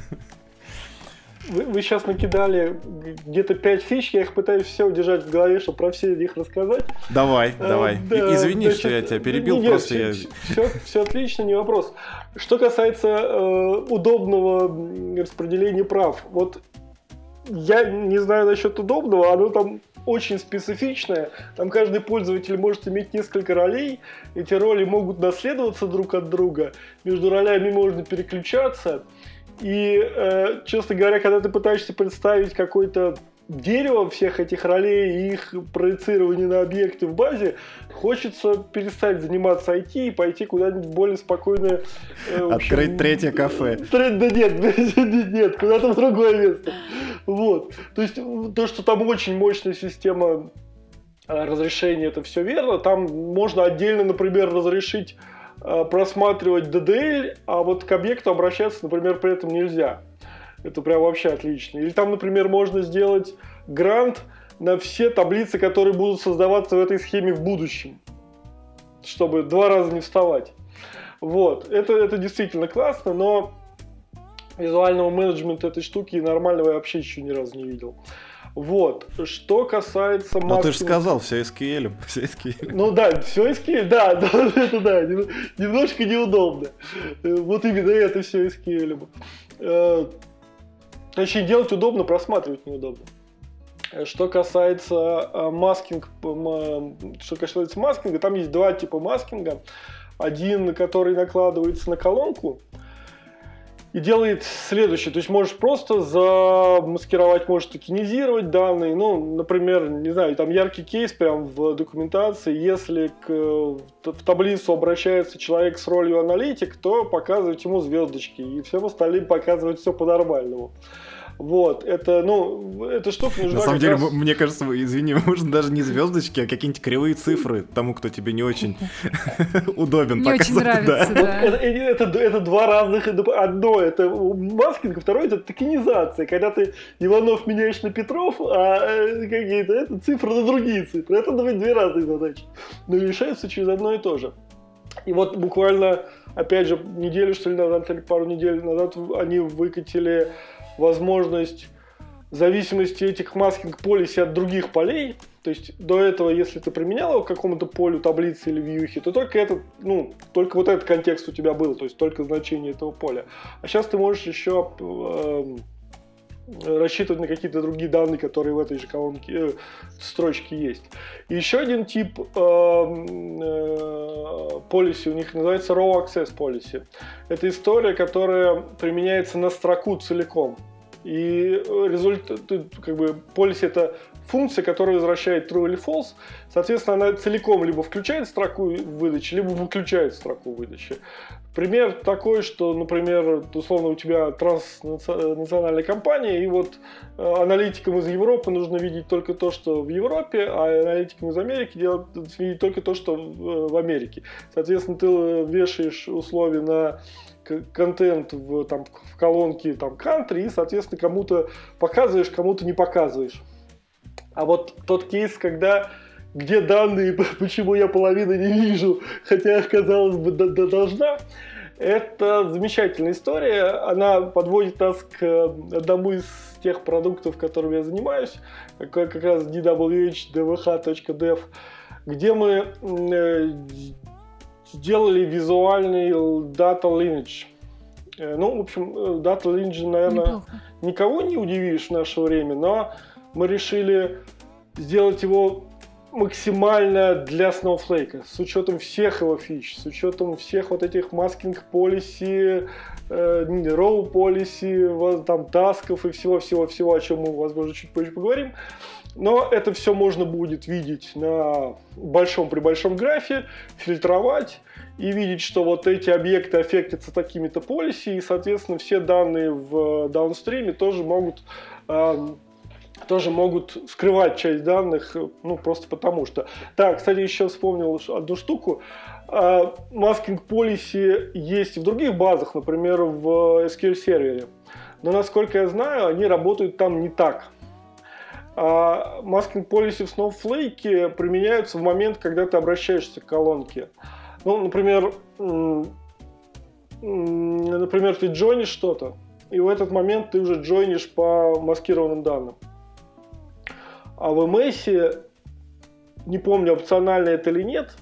S4: Вы, вы сейчас накидали где-то пять фич, я их пытаюсь все удержать в голове, чтобы про все их рассказать.
S1: Давай,
S4: а,
S1: давай.
S4: Да,
S1: Извини,
S4: значит,
S1: что я тебя перебил,
S4: нет,
S1: просто
S4: все,
S1: я...
S4: Все, все отлично, не вопрос. Что касается э, удобного распределения прав, вот я не знаю насчет удобного, оно там очень специфичное, там каждый пользователь может иметь несколько ролей, эти роли могут наследоваться друг от друга, между ролями можно переключаться. И, э, честно говоря, когда ты пытаешься представить какое-то дерево всех этих ролей и их проецирование на объекты в базе, хочется перестать заниматься ай ти и пойти куда-нибудь в более спокойное... Э, в общем,
S1: Открыть третье кафе.
S4: Да нет, нет, нет, куда-то в другое место. Вот. То есть то, что там очень мощная система разрешения, это все верно. Там можно отдельно, например, разрешить просматривать ди ди эл, а вот к объекту обращаться, например, при этом нельзя. Это прям вообще отлично. Или там, например, можно сделать грант на все таблицы, которые будут создаваться в этой схеме в будущем, чтобы два раза не вставать. Вот. Это, это действительно классно, но визуального менеджмента этой штуки нормального я вообще еще ни разу не видел. Вот. Что касается
S1: маскинга... Ну ты же сказал, все эс кью эль. Все эс кью эль.
S4: Ну да, все эс кью эль, да, да, это да, немножко неудобно. Вот именно это все эс кью эль. Точнее, делать удобно, просматривать неудобно. Что касается маскинг, что касается маскинга, там есть два типа маскинга. Один, который накладывается на колонку и делает следующее. То есть можешь просто замаскировать, можешь токенизировать данные. Ну, например, не знаю, там яркий кейс прям в документации. Если к, в таблицу обращается человек с ролью аналитик, то показывать ему звездочки. И всем остальным показывать все по-нормальному. Вот, это, ну, эта штука нужна.
S1: На самом деле,
S4: раз...
S1: мне кажется, извини, можно даже не звездочки, а какие-нибудь кривые цифры тому, кто тебе не очень удобен.
S2: Не очень нравится, да.
S4: Это два разных, одно это маскинг, второе это токенизация, когда ты Иванов меняешь на Петров, а какие-то это цифры на другие цифры. Это две разные задачи, но решаются через одно и то же. И вот буквально, опять же, неделю, что ли, назад, или пару недель назад они выкатили возможность зависимости этих маскинг-полиси от других полей. То есть до этого, если ты применял его к какому-то полю таблицы или вьюхи, то только этот, ну, только вот этот контекст у тебя был, то есть только значение этого поля. А сейчас ты можешь еще э, рассчитывать на какие-то другие данные, которые в этой же колонке, э, строчке есть. И еще один тип э, э, policy у них называется Raw Access Policy. Это история, которая применяется на строку целиком. И результат, как бы, policy — это функция, которая возвращает true или false. Соответственно, она целиком либо включает строку выдачи, либо выключает строку выдачи. Пример такой, что, например, условно, у тебя транснациональная компания, и вот аналитикам из Европы нужно видеть только то, что в Европе, а аналитикам из Америки делать, видеть только то, что в Америке. Соответственно, ты вешаешь условия на контент в, там, в колонке там, country, и, соответственно, кому-то показываешь, кому-то не показываешь. А вот тот кейс, когда где данные, почему я половину не вижу, хотя, казалось бы, должна, это замечательная история. Она подводит нас к одному из тех продуктов, которыми я занимаюсь, как раз ди дабл ю эйч ди ви эйч точка dev, где мы сделали визуальный data lineage. Ну, в общем, data lineage, наверное, неплохо. Никого не удивишь в наше время, но мы решили сделать его максимально для Snowflake, с учетом всех его фич, с учетом всех вот этих masking policy, э, row policy, там, тасков и всего-всего-всего, о чем мы, возможно, чуть позже поговорим. Но это все можно будет видеть на большом при большом графе, фильтровать и видеть, что вот эти объекты аффектятся такими-то policy, и, соответственно, все данные в даунстриме тоже могут... Э, тоже могут скрывать часть данных, ну, просто потому что. Так, кстати, еще вспомнил одну штуку. Masking policy есть в других базах, например, в эс кью эль-сервере. Но, насколько я знаю, они работают там не так. Masking policy в Snowflake применяются в момент, когда ты обращаешься к колонке. Ну, например, например, ты джойнишь что-то, и в этот момент ты уже джойнишь по маскированным данным. А в эм эс, не помню, опционально это или нет,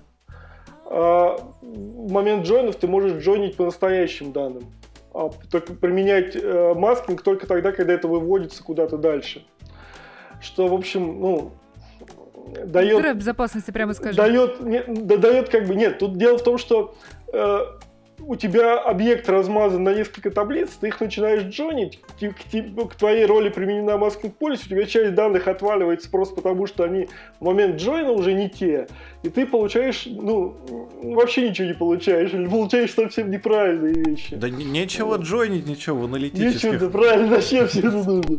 S4: в момент джойнов ты можешь джойнить по настоящим данным. А только применять маскинг только тогда, когда это выводится куда-то дальше. Что, в общем, ну, дает...
S2: Дыра безопасности, прямо скажем.
S4: Дает, не, да, дает как бы... Нет, тут дело в том, что... Э, у тебя объект размазан на несколько таблиц, ты их начинаешь джойнить, к, к, к твоей роли применена masking policy, у тебя часть данных отваливается просто потому, что они в момент джойна уже не те, и ты получаешь, ну, вообще ничего не получаешь, или получаешь совсем неправильные вещи.
S1: Да не, нечего вот. Джойнить, ничего в аналитических.
S4: Нечего, да правильно, зачем все это нужно?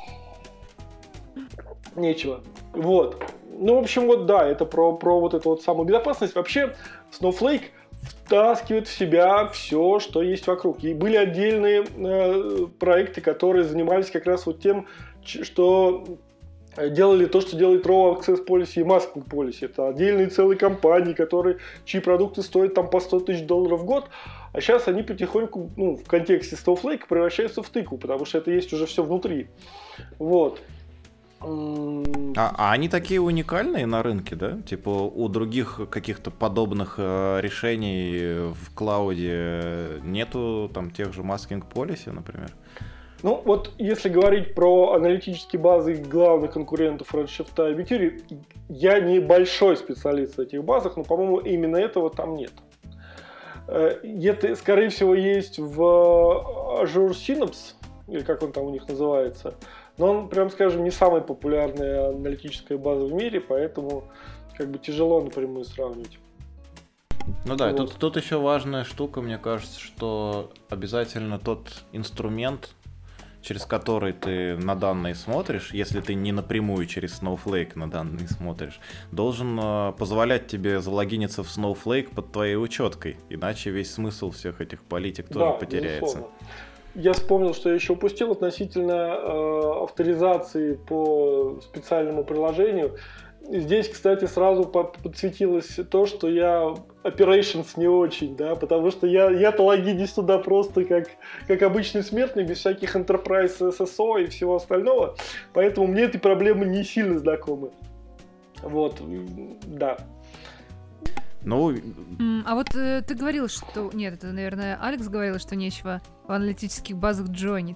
S4: Нечего. Вот. Ну, в общем, вот да, это про, про вот эту вот самую безопасность. Вообще, Snowflake втаскивает в себя все, что есть вокруг. И были отдельные э, проекты, которые занимались как раз вот тем, что делали то, что делает Raw Access Policy и Masking Policy. Это отдельные целые компании, которые, чьи продукты стоят там по сто тысяч долларов в год. А сейчас они потихоньку, ну, в контексте Snowflake превращаются в тыкву, потому что это есть уже все внутри. Вот.
S1: А, а они такие уникальные на рынке, да? Типа у других каких-то подобных э, решений в клауде нету там тех же masking policy, например?
S4: Ну вот если говорить про аналитические базы главных конкурентов Redshift и BigQuery, я не большой специалист в этих базах, но, по-моему, именно этого там нет. Это, скорее всего, есть в Azure Synapse, или как он там у них называется. Но он, прям скажем, не самая популярная аналитическая база в мире, поэтому как бы тяжело напрямую сравнивать.
S1: Ну да, вот. тут, тут еще важная штука, мне кажется, что обязательно тот инструмент, через который ты на данные смотришь, если ты не напрямую через Snowflake на данные смотришь, должен э, позволять тебе залогиниться в Snowflake под твоей учеткой, иначе весь смысл всех этих политик тоже да, потеряется. Безусловно.
S4: Я вспомнил, что я еще упустил относительно э, авторизации по специальному приложению. Здесь, кстати, сразу подсветилось то, что я operations не очень, да, потому что я, я-то логинюсь туда просто как, как обычный смертный, без всяких enterprise эс эс о и всего остального, поэтому мне эти проблемы не сильно знакомы. Вот, да.
S1: Ну,
S2: а вот э, ты говорил, что... Нет, это, наверное, Алекс говорил, что нечего в аналитических базах джойнить.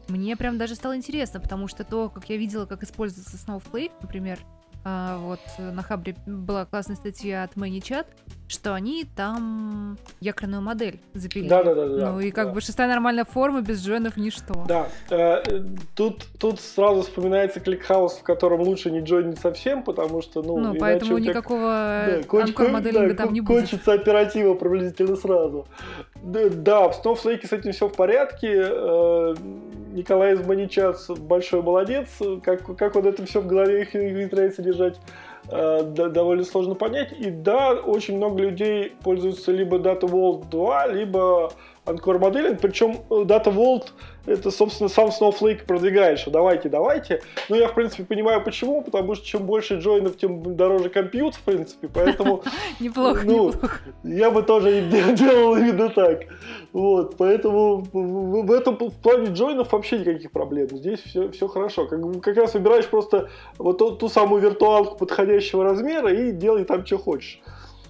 S2: Мне прям даже стало интересно, потому что то, как я видела, как используется Snowflake, например, а, вот на Хабре была классная статья от ManyChat, что они там якорную модель запилили.
S4: Да, да, да, да.
S2: Ну и как
S4: да.
S2: бы шестая нормальная форма без джойнов ничто.
S4: Да. Э, тут, тут сразу вспоминается ClickHouse, в котором лучше не джойнить совсем, потому что, ну,
S2: Ну,
S4: иначе
S2: поэтому
S4: как-
S2: никакого
S4: Да, конч-
S2: анкор-моделинга
S4: да,
S2: там не
S4: кон-
S2: будет.
S4: Кончится оператива приблизительно сразу. Да, да, в Snowflake с этим все в порядке. Э, Николай из ManyChat большой молодец. Как, как он это все в голове их умудряется держать, э, да, довольно сложно понять. И да, очень много людей пользуются либо Data Vault два, либо Anchor Modeling. Причем Data Vault это, собственно, сам Snowflake продвигает, что давайте, давайте. Но я, в принципе, понимаю, почему. Потому что чем больше джойнов, тем дороже компьют, в принципе. Поэтому...
S2: Неплохо,
S4: ну,
S2: неплохо.
S4: Я бы тоже делал именно так. Вот, поэтому в в этом в плане джойнов вообще никаких проблем. Здесь все, все хорошо. Как, как раз выбираешь просто вот ту, ту самую виртуалку подходящего размера и делай там, что хочешь.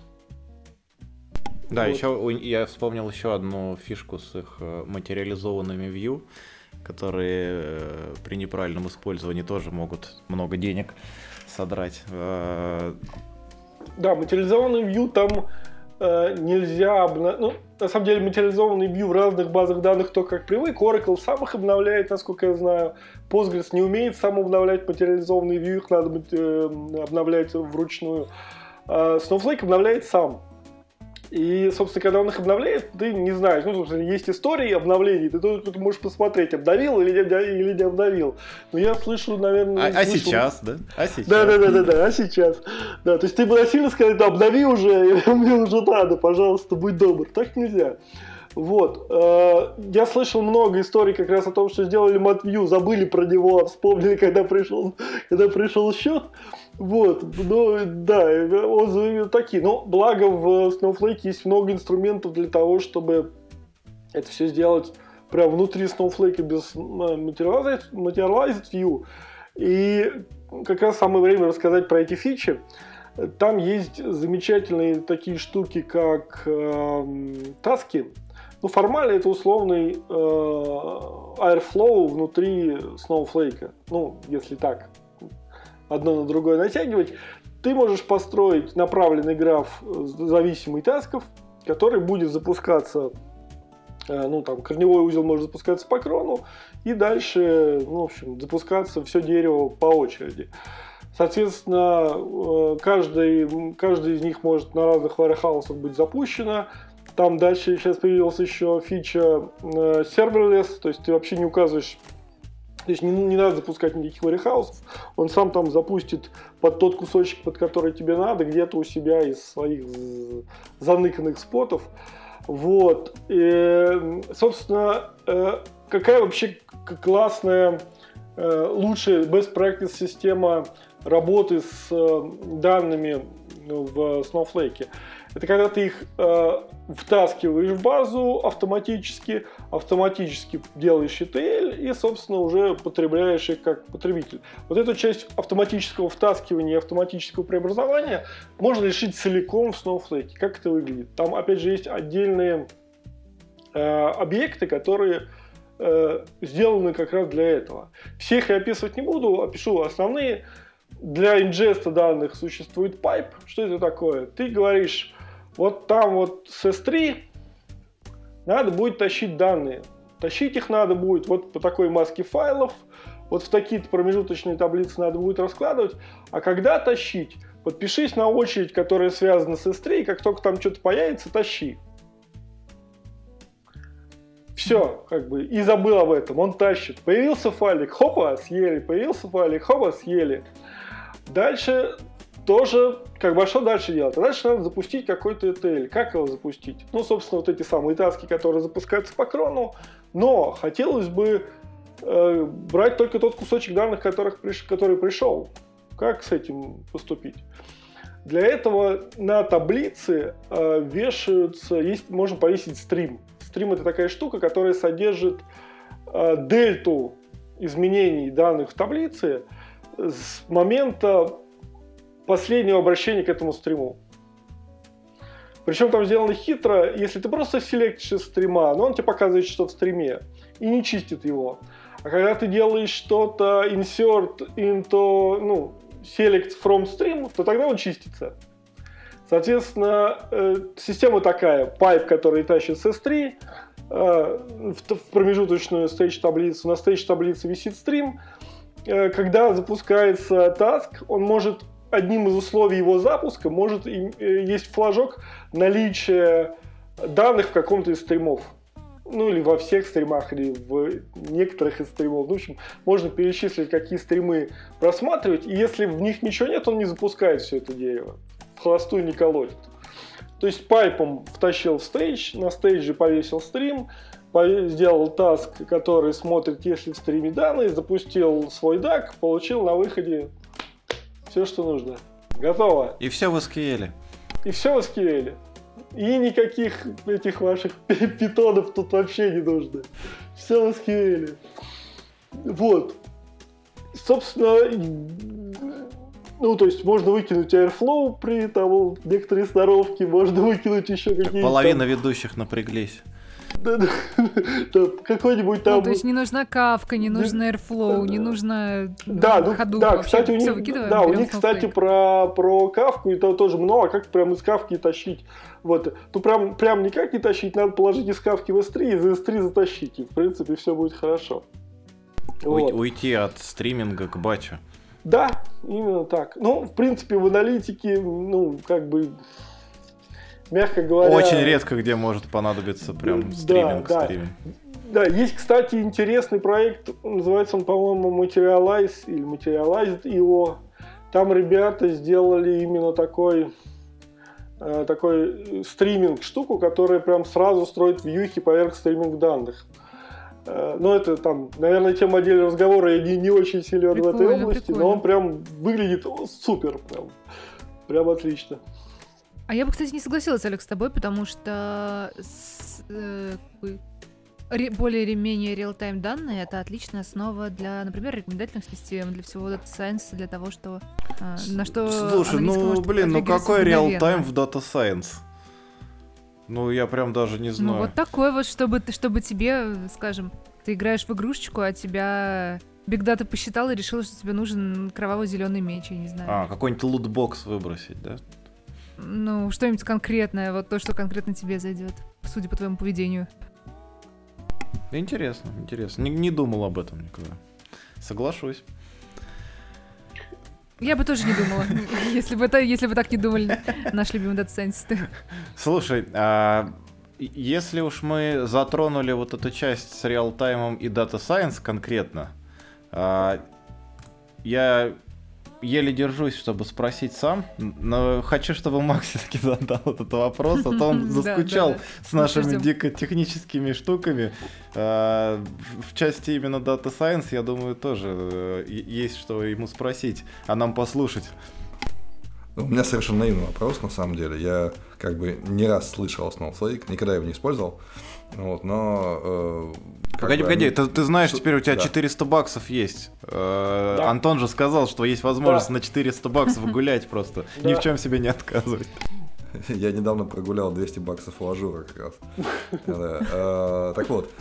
S1: Да,
S4: Вот.
S1: еще у- я вспомнил еще одну фишку с их э, материализованными view, которые э, при неправильном использовании тоже могут много денег содрать. Э,
S4: Да, материализованный view там э, нельзя обна... Ну, на самом деле, материализованный view в разных базах данных кто как привык. Oracle сам их обновляет, насколько я знаю. Postgres не умеет сам обновлять материализованные view, их надо э, обновлять вручную. А Snowflake обновляет сам. И, собственно, когда он их обновляет, ты не знаешь, ну, собственно, есть истории обновлений, ты только можешь посмотреть, обновил или не, или не обновил. Но я слышу, наверное...
S1: а, а
S4: слышал...
S1: сейчас, да? А сейчас.
S4: Да, да, да, да, да, а сейчас. Да, то есть ты бы насильно сказал, да, обнови уже, мне уже надо, пожалуйста, будь добр. Так нельзя. Вот. Я слышал много историй как раз о том, что сделали MatView, забыли про него, вспомнили, когда пришел, когда пришел счет. Вот, ну, да, отзывы такие. Но благо в Snowflake есть много инструментов для того, чтобы это все сделать прямо внутри Snowflake без Materialized, Materialized View. И как раз самое время рассказать про эти фичи. Там есть замечательные такие штуки, как э, таски. Ну, формально это условный э, Airflow внутри Snowflake. Ну, если так одно на другое натягивать, ты можешь построить направленный граф зависимый тасков, который будет запускаться, ну, там, корневой узел может запускаться по крону, и дальше, ну, в общем, запускаться все дерево по очереди. Соответственно, каждый, каждый из них может на разных warehouse быть запущено. Там дальше сейчас появилась еще фича serverless, то есть ты вообще не указываешь. То есть не, не надо запускать никаких варихаусов, он сам там запустит под тот кусочек, под который тебе надо, где-то у себя из своих заныканных спотов. Вот. И, собственно, какая вообще классная, лучшая best practice система работы с данными в Snowflake? Это когда ты их э, втаскиваешь в базу автоматически, автоматически делаешь и ти эл и, собственно, уже потребляешь их как потребитель. Вот эту часть автоматического втаскивания и автоматического преобразования можно решить целиком в Snowflake. Как это выглядит? Там, опять же, есть отдельные э, объекты, которые э, сделаны как раз для этого. Всех я описывать не буду, опишу основные. Для инжеста данных существует пайп. Что это такое? Ты говоришь, вот там вот с эс три надо будет тащить данные. Тащить их надо будет вот по такой маске файлов, вот в такие-то промежуточные таблицы надо будет раскладывать. А когда тащить? Подпишись на очередь, которая связана с эс три, и как только там что-то появится, тащи. Все, как бы, и забыл об этом, он тащит. Появился файлик, хопа, съели, появился файлик, хопа, съели. Дальше тоже, как бы, а что дальше делать? А дальше надо запустить какой-то и ти эл. Как его запустить? Ну, собственно, вот эти самые таски, которые запускаются по крону, но хотелось бы э, брать только тот кусочек данных, которых приш... который пришел. Как с этим поступить? Для этого на таблице э, вешаются, есть, можно повесить стрим. Стрим — это такая штука, которая содержит э, дельту изменений данных в таблице с момента последнего обращения к этому стриму. Причем там сделано хитро, если ты просто селектишь из стрима, но он тебе показывает, что в стриме, и не чистит его. А когда ты делаешь что-то insert into, ну, select from stream, то тогда он чистится. Соответственно, э, система такая. Пайп, который тащит с эс три, э, в, в промежуточную стейдж-таблицу. На стейдж-таблице висит стрим. Э, когда запускается таск, он может, одним из условий его запуска, может и, э, есть флажок наличия данных в каком-то из стримов. Ну, или во всех стримах, или в некоторых из стримов. Ну, в общем, можно перечислить, какие стримы просматривать. И если в них ничего нет, он не запускает все это дерево. В холостую не колотит. То есть пайпом втащил в стейдж, на стейдже повесил стрим, сделал таск, который смотрит, если в стриме данные, запустил свой дак, получил на выходе все, что нужно. Готово.
S1: И все в эс кью эль.
S4: И все в эс кью эль. И никаких этих ваших питонов тут вообще не нужно. Все в эс кью эль. Вот. Собственно, ну, то есть можно выкинуть Airflow при того, некоторые сноровки, можно выкинуть еще какие-то...
S1: Половина там... ведущих напряглись.
S4: Да, да, да, какой-нибудь там...
S2: Ну, то есть не нужна кавка, не нужна Airflow, не нужна
S4: да, ну,
S2: Hadoop.
S4: Да,
S2: вообще
S4: кстати, у них,
S2: выкидываем,
S4: да, у них, кстати, про, про кавку это тоже много, а как прям из кавки тащить? Вот, ну прям, прям никак не тащить, надо положить из кавки в эс три, из эс три затащить, и в принципе все будет хорошо.
S1: Уй, вот. Уйти от стриминга к батчу.
S4: Да, именно так. Ну, в принципе, в аналитике, ну, как бы, мягко говоря...
S1: Очень редко где может понадобиться прям стриминг.
S4: Да,
S1: стриминг.
S4: Да. Да, есть, кстати, интересный проект, называется он, по-моему, Materialize или Materialized ай о. Там ребята сделали именно такой, э, такой стриминг-штуку, которая прям сразу строит вьюхи поверх стриминг данных. Ну, это там, наверное, тема отдельного разговора, я не, не очень силен прикольно, в этой области, прикольно. Но он прям выглядит супер, прям, прям отлично.
S2: А я бы, кстати, не согласилась, Алекс, с тобой, потому что с, э, ре, более-менее реал-тайм данные — это отличная основа для, например, рекомендательных систем, для всего Data Science, для того, что, э, на что
S1: Слушай, ну, блин, ну какой реал-тайм в Data Science? Ну, я прям даже не знаю.
S2: Ну, вот такой вот, чтобы, чтобы тебе, скажем, ты играешь в игрушечку, а тебя Big Data посчитал и решил, что тебе нужен кроваво-зеленый меч, я не знаю.
S1: А, какой-нибудь лутбокс выбросить, да?
S2: Ну, что-нибудь конкретное, вот то, что конкретно тебе зайдет, судя по твоему поведению.
S1: Интересно, интересно. Не, не думал об этом никогда. Соглашусь.
S2: Я бы тоже не думала, если бы, это, если бы так не думали наши любимые дата-сайентисты.
S1: Слушай, а если уж мы затронули вот эту часть с реал-таймом и Data Science конкретно, а, я еле держусь, чтобы спросить сам, но хочу, чтобы Макс все-таки задал этот вопрос, а то он заскучал с нашими дико техническими штуками. В части именно Data Science, я думаю, тоже есть что ему спросить, а нам послушать.
S3: У меня совершенно наивный вопрос, на самом деле. Я как бы не раз слышал о Snowflake, никогда его не использовал. Вот, но... Э,
S1: погоди, погоди,
S3: они...
S1: ты, ты знаешь,
S3: что...
S1: теперь у тебя да. четыреста баксов есть. Э, да. Антон же сказал, что есть возможность да. на четыреста баксов гулять просто. Ни в чем себе не отказывать.
S3: Я недавно прогулял двести баксов у Ажура как раз. Так вот,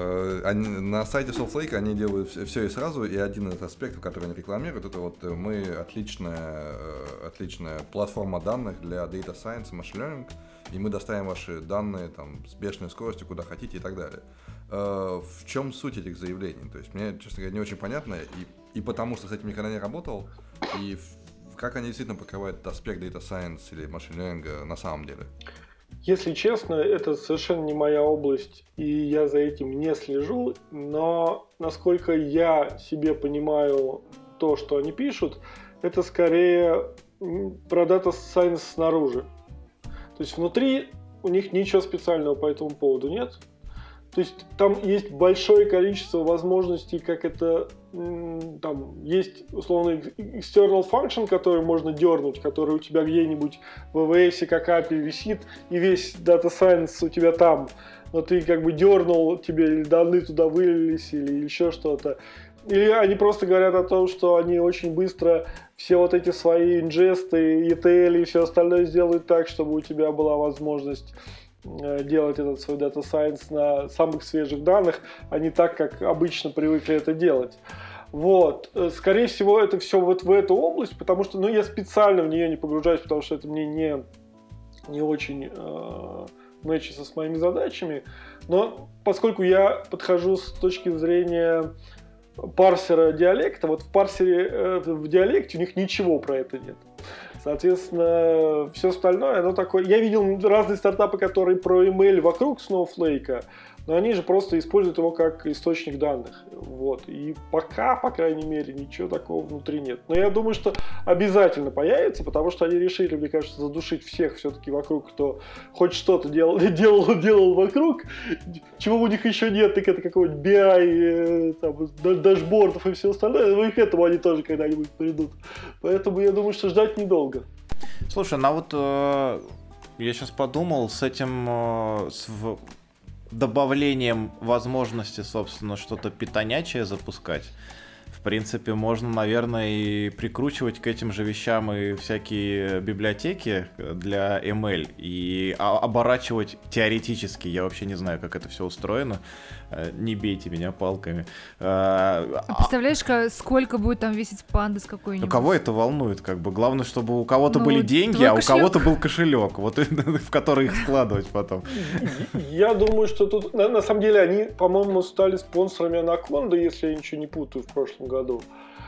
S3: на сайте Snowflake они делают все и сразу, и один из аспектов, который они рекламируют, это вот мы отличная, отличная платформа данных для Data Science и Machine Learning, и мы доставим ваши данные там, с бешеной скоростью, куда хотите и так далее. В чем суть этих заявлений? То есть мне, честно говоря, не очень понятно, и, и потому что с этим никогда не работал, и как они действительно покрывают этот аспект Data Science или Machine Learning на самом деле?
S4: Если честно, это совершенно не моя область, и я за этим не слежу, но насколько я себе понимаю то, что они пишут, это скорее про Data Science снаружи. То есть внутри у них ничего специального по этому поводу нет. То есть там есть большое количество возможностей, как это, там есть условно external function, который можно дернуть, который у тебя где-нибудь в ви ви эс как эй пи ай висит, и весь Data Science у тебя там, но ты как бы дернул, тебе или данные туда вылились, или еще что-то. Или они просто говорят о том, что они очень быстро все вот эти свои инжесты, и ти эл и все остальное сделают так, чтобы у тебя была возможность делать этот свой Data Science на самых свежих данных, а не так, как обычно привыкли это делать. Вот. Скорее всего, это все вот в эту область, потому что, ну, я специально в нее не погружаюсь, потому что это мне не, не очень э, мэчится с моими задачами. Но поскольку я подхожу с точки зрения парсера диалекта, вот в парсере, э, в диалекте у них ничего про это нет. Соответственно, все остальное, оно такое... Я видел разные стартапы, которые про эм эл вокруг Snowflake, но они же просто используют его как источник данных. Вот. И пока, по крайней мере, ничего такого внутри нет. Но я думаю, что обязательно появится, потому что они решили, мне кажется, задушить всех все-таки вокруг, кто хоть что-то делал, делал, делал вокруг. Чего у них еще нет, так это какой-нибудь би ай, там, дашбордов и все остальное. Но и к этому они тоже когда-нибудь придут. Поэтому я думаю, что ждать недолго.
S1: Слушай, ну вот э, я сейчас подумал, с этим... Э, с, в... добавлением возможности, собственно, что-то питонячее запускать. В принципе, можно, наверное, и прикручивать к этим же вещам и всякие библиотеки для эм эл и оборачивать теоретически. Я вообще не знаю, как это все устроено. Не бейте меня палками.
S2: А представляешь, сколько будет там весить пандас какой-нибудь?
S1: Ну, кого это волнует? Как бы главное, чтобы у кого-то ну, были деньги, а
S2: кошелек.
S1: У кого-то был кошелек, вот в который их складывать потом.
S4: Я думаю, что тут на, на самом деле они, по-моему, стали спонсорами Анаконда, если я ничего не путаю, в прошлом году.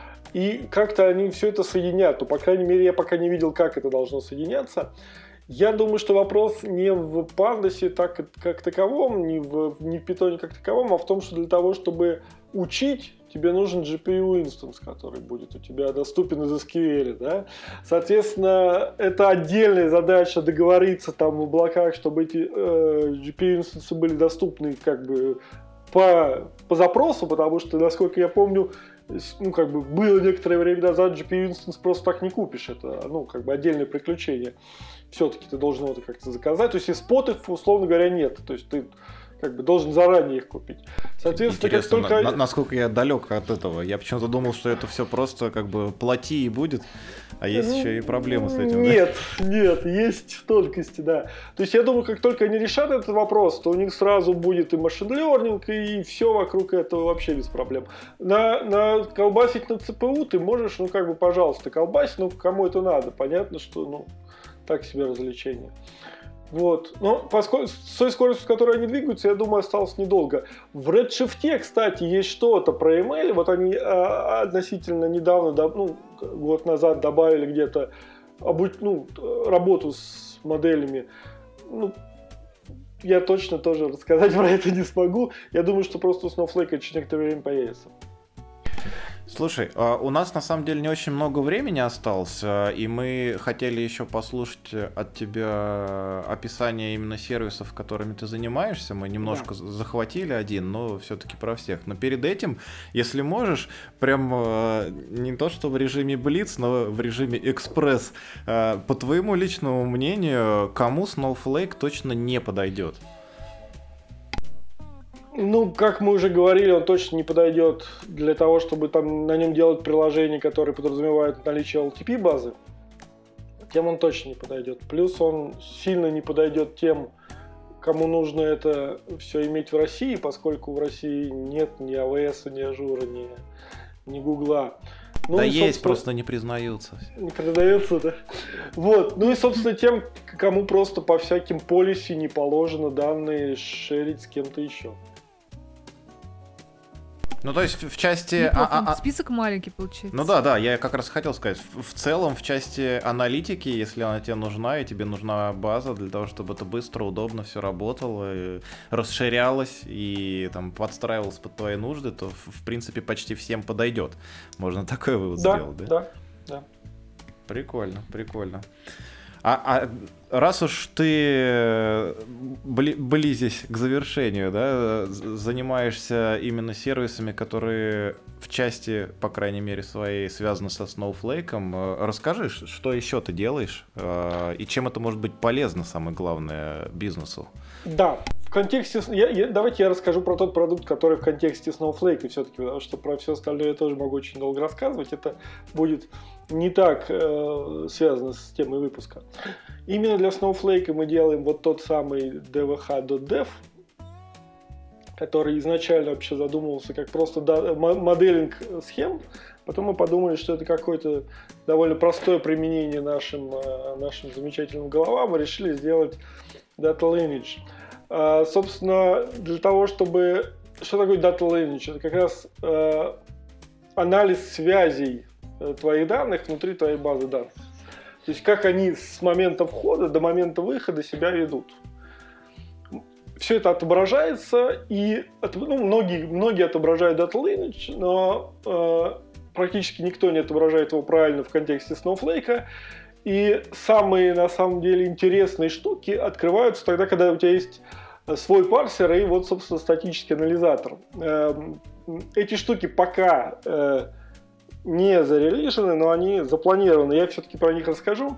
S4: И как-то они все это соединят. Ну, по крайней мере, я пока не видел, как это должно соединяться. Я думаю, что вопрос не в пандасе так, как таковом, не в, не в питоне как таковом, а в том, что для того, чтобы учить, тебе нужен джи пи ю инстанс, который будет у тебя доступен из эс кью эль. Да? Соответственно, это отдельная задача договориться там в облаках, чтобы эти э, джи пи ю инстансы были доступны как бы по, по запросу, потому что, насколько я помню, ну, как бы было некоторое время назад, джи пи ю инстанс просто так не купишь. Это, ну, как бы отдельное приключение. Все-таки ты должен это как-то заказать. То есть и спотов, условно говоря, нет. То есть ты как бы должен заранее их купить. Соответственно,
S1: интересно,
S4: как только...
S1: на, насколько я далек от этого. Я почему-то думал, что это все просто как бы плати и будет, а есть ну, еще и проблемы с этим.
S4: Нет,
S1: да?
S4: нет, есть тонкости, да. То есть я думаю, как только они решат этот вопрос, то у них сразу будет и машин learning, и все вокруг этого вообще без проблем. На, на колбасить на цэ пэ у ты можешь, ну как бы, пожалуйста, колбасить, но кому это надо? Понятно, что, ну, так себе развлечение. Вот. Но поскольку, с той скоростью, с которой они двигаются, я думаю, осталось недолго. В Redshift, кстати, есть что-то про эм эл. Вот они а, относительно недавно, ну, год назад добавили где-то ну, работу с моделями. Ну, я точно тоже рассказать про это не смогу. Я думаю, что просто у Snowflake через некоторое время появится.
S1: Слушай, у нас на самом деле не очень много времени осталось, и мы хотели еще послушать от тебя описание именно сервисов, которыми ты занимаешься. Мы немножко да. захватили один, но все-таки про всех. Но перед этим, если можешь, прям не то что в режиме Blitz, но в режиме экспресс, по твоему личному мнению, кому Snowflake точно не подойдет?
S4: Ну, как мы уже говорили, он точно не подойдет для того, чтобы там на нем делать приложения, которые подразумевают наличие эл ти пи-базы. Тем он точно не подойдет. Плюс он сильно не подойдет тем, кому нужно это все иметь в России, поскольку в России нет ни эй ви эс, ни Ажура, ни, ни Гугла. Ну,
S1: да есть, просто не признаются.
S4: Не признаются, да. Вот. Ну и, собственно, тем, кому просто по всяким полиси не положено данные шерить с кем-то еще.
S1: Ну, то есть в части...
S2: А, а, а... Список маленький получается.
S1: Ну да, да, я как раз хотел сказать. В, в целом, в части аналитики, если она тебе нужна, и тебе нужна база для того, чтобы это быстро, удобно все работало, и расширялось и там подстраивалось под твои нужды, то, в, в принципе, почти всем подойдет. Можно такой вывод
S4: да,
S1: сделать, да?
S4: Да, да.
S1: Прикольно, прикольно. А, а раз уж ты близись к завершению, да, занимаешься именно сервисами, которые в части, по крайней мере, своей связаны со Snowflake, расскажи, что еще ты делаешь и чем это может быть полезно, самое главное, бизнесу?
S4: Да, в контексте... Я, я, давайте я расскажу про тот продукт, который в контексте Snowflake все-таки, потому что про все остальное я тоже могу очень долго рассказывать. Это будет не так э, связано с темой выпуска. Именно для Snowflake мы делаем вот тот самый ди ви эйч точка dev, который изначально вообще задумывался как просто моделинг схем. Потом мы подумали, что это какое-то довольно простое применение нашим, нашим замечательным головам. Мы решили сделать Data Lineage. А, собственно, для того, чтобы... Что такое Data Lineage? Это как раз э, анализ связей твоих данных внутри твоей базы данных. То есть, как они с момента входа до момента выхода себя ведут. Все это отображается, и ну, многие, многие отображают Data Lineage, но э, практически никто не отображает его правильно в контексте Snowflake. И самые, на самом деле, интересные штуки открываются тогда, когда у тебя есть свой парсер и вот, собственно, статический анализатор. Эти штуки пока не зарелижены, но они запланированы. Я все-таки про них расскажу.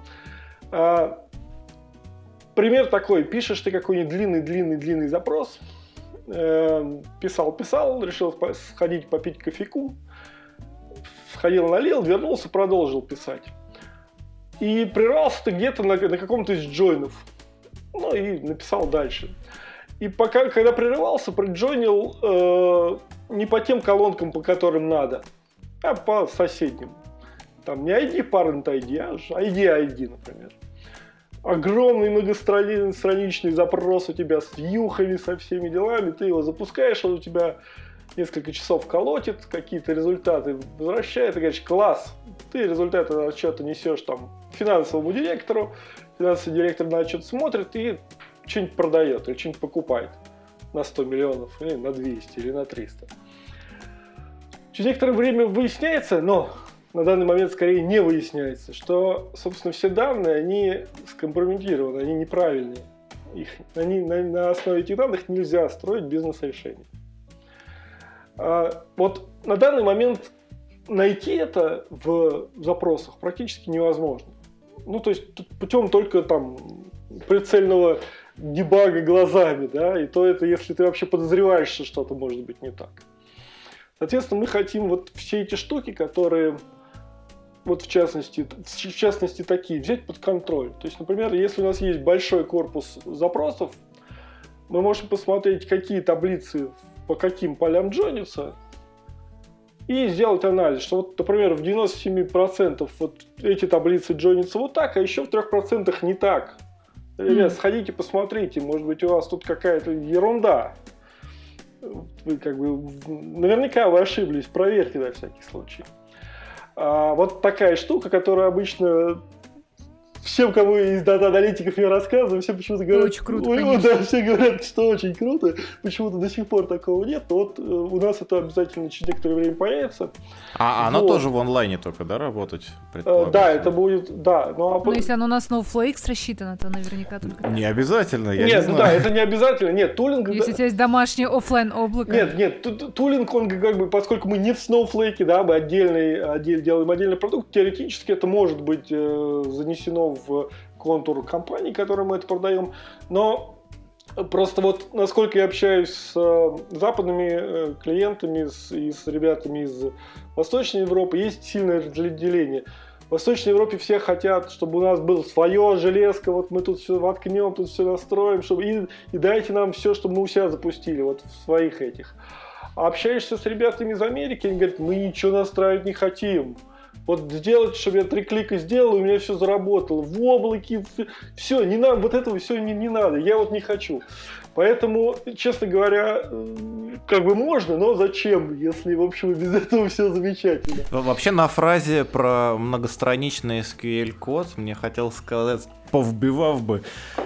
S4: Пример такой. Пишешь ты какой-нибудь длинный-длинный-длинный запрос. Писал-писал, решил сходить попить кофейку. Сходил, налил, вернулся, продолжил писать. И прервался ты где-то на, на каком-то из джойнов. Ну и написал дальше. И пока, когда прерывался, проджойнил э, не по тем колонкам, по которым надо, а по соседним. Там не ай ди parent ай ди, а ай ди ай ди, например. Огромный многостраничный запрос у тебя с вьюхами, со всеми делами. Ты его запускаешь, он у тебя несколько часов колотит, какие-то результаты возвращает. И говоришь, класс, ты результаты отчета несешь там финансовому директору. Финансовый директор на отчет смотрит и что-нибудь продает или что-нибудь покупает на сто миллионов, или на двести, или на триста. Через некоторое время выясняется, но на данный момент скорее не выясняется, что, собственно, все данные, они скомпрометированы, они неправильные. Их, они, на, на основе этих данных нельзя строить бизнес-решения. А, вот на данный момент найти это в запросах практически невозможно. Ну, то есть путем только там прицельного дебага глазами, да, и то это, если ты вообще подозреваешь, что что-то может быть не так. Соответственно, мы хотим вот все эти штуки, которые, вот в частности, в частности такие, взять под контроль. То есть, например, если у нас есть большой корпус запросов, мы можем посмотреть, какие таблицы по каким полям джойнятся, и сделать анализ, что вот, например, в девяноста семи процентах вот эти таблицы джойнятся вот так, а еще в трёх процентах не так. Ребят, mm. сходите, посмотрите, может быть, у вас тут какая-то ерунда. Вы как бы, наверняка вы ошиблись, проверьте на всякий случай. А, вот такая штука, которая обычно всем, кому из дата-аналитиков я рассказываю, все почему-то говорят...
S2: Очень круто,
S4: ой,
S2: конечно.
S4: Да, все говорят, что очень круто. Почему-то до сих пор такого нет. Но вот у нас это обязательно через некоторое время появится.
S1: А оно
S4: вот.
S1: тоже в онлайне только, да, работать?
S4: Да, это будет, да. Но,
S2: но если оно на Snowflake рассчитано, то наверняка только...
S1: Не обязательно, я
S4: нет,
S1: не знаю.
S4: Да, это не обязательно. Нет, тулинг...
S2: Если у тебя есть домашнее офлайн облако.
S4: Нет, нет, тулинг, он как бы, поскольку мы не в Snowflake, да, мы отдельный, отдель, делаем отдельный продукт, теоретически это может быть э, занесено в контур компании, которой мы это продаем. Но просто вот насколько я общаюсь с э, западными э, клиентами с, и с ребятами из Восточной Европы, есть сильное разделение. В Восточной Европе все хотят, чтобы у нас было свое железко, вот мы тут все воткнем, тут все настроим, чтобы, и, и дайте нам все, чтобы мы у себя запустили, вот в своих этих. А общаешься с ребятами из Америки, они говорят, мы ничего настраивать не хотим. Вот сделать, чтобы я три клика сделал, и у меня все заработало. В облаке, все, не надо, вот этого все не, не надо, я вот не хочу. Поэтому, честно говоря, как бы можно, но зачем, если, в общем, без этого все замечательно.
S1: Вообще, на фразе про многостраничный эс кью эль-код мне хотелось сказать, повбивав бы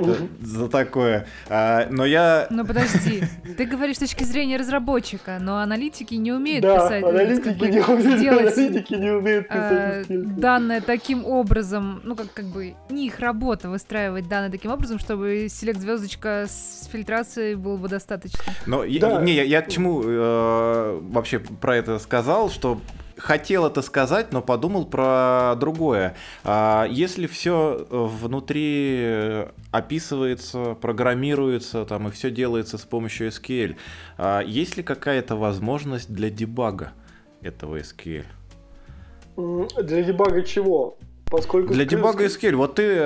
S1: за такое. А, но я...
S2: Ну подожди, ты говоришь с точки зрения разработчика, но аналитики не умеют
S4: да,
S2: писать.
S4: аналитики,
S2: как бы,
S4: не умеют,
S2: сделать,
S4: аналитики не умеют писать.
S2: Э, данные таким образом, ну как, как бы не их работа выстраивать данные таким образом, чтобы селект-звездочка с фильтрацией было бы достаточно.
S1: Но
S4: да.
S1: я, не, я, я к чему э, вообще про это сказал, что хотел это сказать, но подумал про другое. Если все внутри описывается, программируется, там, и все делается с помощью эс кью эль, есть ли какая-то возможность для дебага этого эс кью эль?
S4: Для дебага чего? Поскольку
S1: Для
S4: ск-
S1: дебага
S4: ск-
S1: эс кью эль, вот ты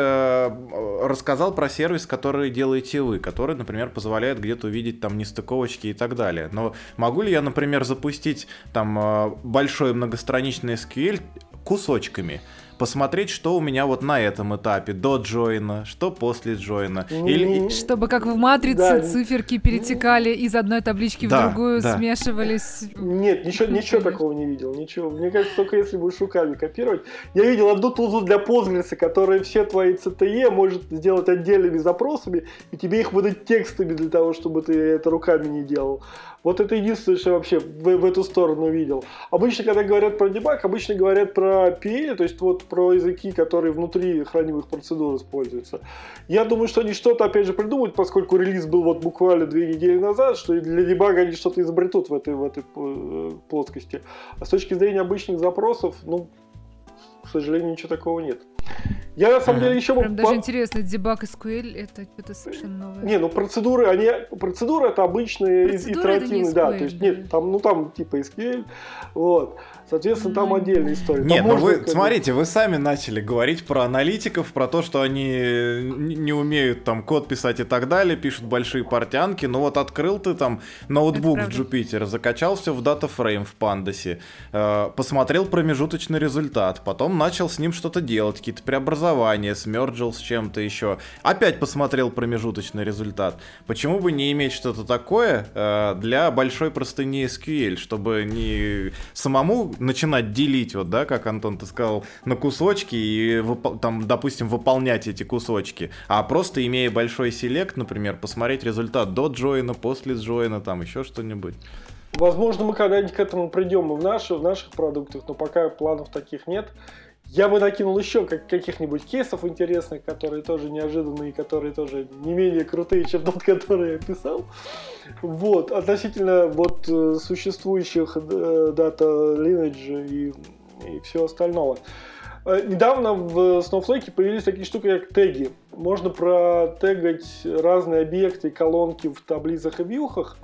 S1: э, рассказал про сервис, который делаете вы, который, например, позволяет где-то увидеть там нестыковочки и так далее. Но могу ли я, например, запустить там э, большой многостраничный эс кью эль кусочками, посмотреть, что у меня вот на этом этапе, до джойна, что после джойна. Или...
S2: Чтобы как в матрице
S4: Да.
S2: циферки перетекали из одной таблички
S1: Да,
S2: в другую,
S1: да.
S2: смешивались.
S4: Нет, ничего, ничего такого не видел. Ничего. Мне кажется, только если будешь руками копировать. Я видел одну тулзу для Postgres, которая все твои си ти и может сделать отдельными запросами, и тебе их выдать текстами для того, чтобы ты это руками не делал. Вот это единственное, что я вообще в, в эту сторону видел. Обычно, когда говорят про дебаг, обычно говорят про пи эл, то есть вот про языки, которые внутри хранимых процедур используются. Я думаю, что они что-то, опять же, придумают, поскольку релиз был вот буквально две недели назад, что и для дебага они что-то изобретут в этой, в этой плоскости. А с точки зрения обычных запросов, ну, к сожалению, ничего такого нет. Я на самом деле еще...
S2: Прям
S4: по-
S2: даже интересно, дебаг эс кью эль это что-то совершенно новое.
S4: Не, ну процедуры, они, процедуры это обычные
S2: Процедуры это не
S4: итеративные, да,
S2: эс кью эль,
S4: то есть
S2: да.
S4: нет, там, ну там типа эс кью эль, вот, соответственно, там
S2: Мгм.
S4: отдельная история. Там
S1: Нет, ну
S4: можно
S1: вы,
S4: как бы-
S1: смотрите, вы сами начали говорить про аналитиков, про то, что они не не умеют там код писать и так далее, пишут большие портянки, но вот открыл ты там ноутбук
S2: Это
S1: в
S2: правда.
S1: Jupyter, закачал все в DataFrame в Pandas, э, посмотрел промежуточный результат, потом начал с ним что-то делать, какие-то преобразования, смерджил с чем-то еще, опять посмотрел промежуточный результат. Почему бы не иметь что-то такое э, для большой простыни эс кью эль, чтобы не самому начинать делить, вот, да, как, Антон, ты сказал, на кусочки и, выпол- там, допустим, выполнять эти кусочки, а просто, имея большой селект, например, посмотреть результат до джойна, после джойна, там, еще что-нибудь.
S4: Возможно, мы когда-нибудь к этому придем и в, наши, в наших продуктах, но пока планов таких нет. Я бы накинул еще как, каких-нибудь кейсов интересных, которые тоже неожиданные, которые тоже не менее крутые, чем тот, который я писал. Вот, относительно вот э, существующих э, Data Lineage и, и всего остального. Э, Недавно в Snowflake появились такие штуки, как теги. Можно протегать разные объекты и колонки в таблицах и вьюхах.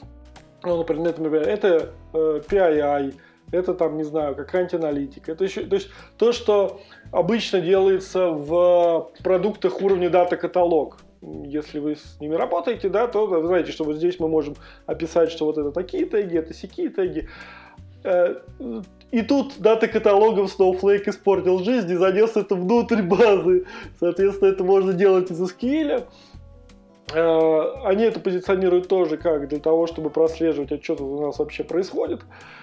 S4: Ну, например, например, это э, пи ай ай, это там, не знаю, какая-нибудь аналитика. Это еще, то есть то, что обычно делается в продуктах уровня дата-каталог. Если вы с ними работаете, да, то вы знаете, что вот здесь мы можем описать, что вот это такие теги, это сякие теги. Э, И тут дата-каталогом Snowflake испортил жизнь и занес это внутрь базы. Соответственно, это можно делать из эс кью эль. Они это позиционируют тоже как для того, чтобы прослеживать, а что тут у нас вообще происходит.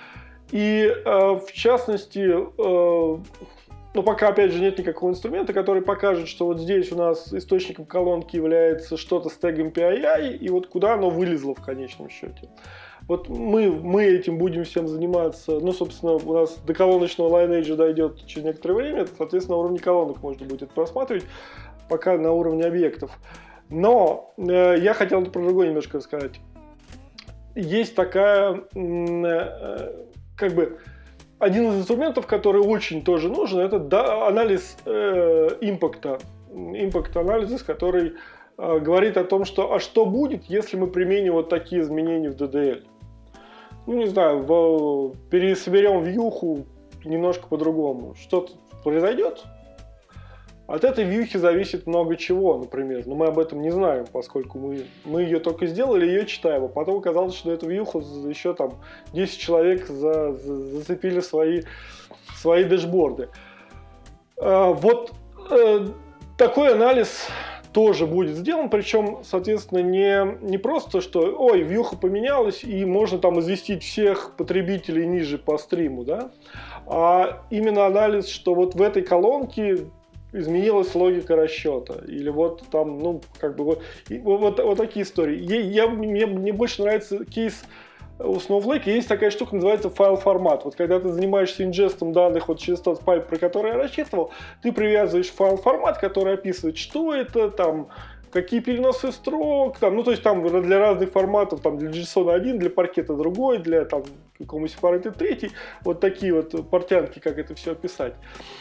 S4: И в частности, ну пока опять же нет никакого инструмента, который покажет, что вот здесь у нас источником колонки является что-то с тегом пи ай ай, и вот куда оно вылезло в конечном счете. Вот мы, мы этим будем всем заниматься. Ну, собственно, у нас до колоночного Lineage дойдет через некоторое время. Соответственно, на уровне колонок можно будет это просматривать, пока на уровне объектов. Но э, я хотел про другое немножко рассказать. Есть такая, э, как бы, один из инструментов, который очень тоже нужен, это да, анализ э, импакта. Импакт-анализ, который э, говорит о том, что, а что будет, если мы применим вот такие изменения в ди ди эль. Ну, не знаю, в, пересоберем вьюху немножко по-другому. Что-то произойдет? От этой вьюхи зависит много чего, например. Но мы об этом не знаем, поскольку мы, мы ее только сделали, ее читаем. А потом оказалось, что эту вьюху еще там десять человек за, за, зацепили свои, свои дэшборды. А, вот э, такой анализ тоже будет сделан, причем, соответственно, не, не просто, что ой, вьюха поменялась, и можно там известить всех потребителей ниже по стриму, да? А именно анализ, что вот в этой колонке изменилась логика расчета. Или вот там, ну, как бы вот, вот, вот такие истории. Я, я, мне, мне больше нравится кейс у Snowflake. Есть такая штука, называется файл-формат. Вот когда ты занимаешься инжестом данных вот через тот пайп, про который я рассчитывал, ты привязываешь файл-формат, который описывает, что это, там, какие переносы строк, там, ну, то есть там для разных форматов, там, для JSON один, для паркета другой, для там какого-нибудь сепарата третий, вот такие вот портянки, как это все описать.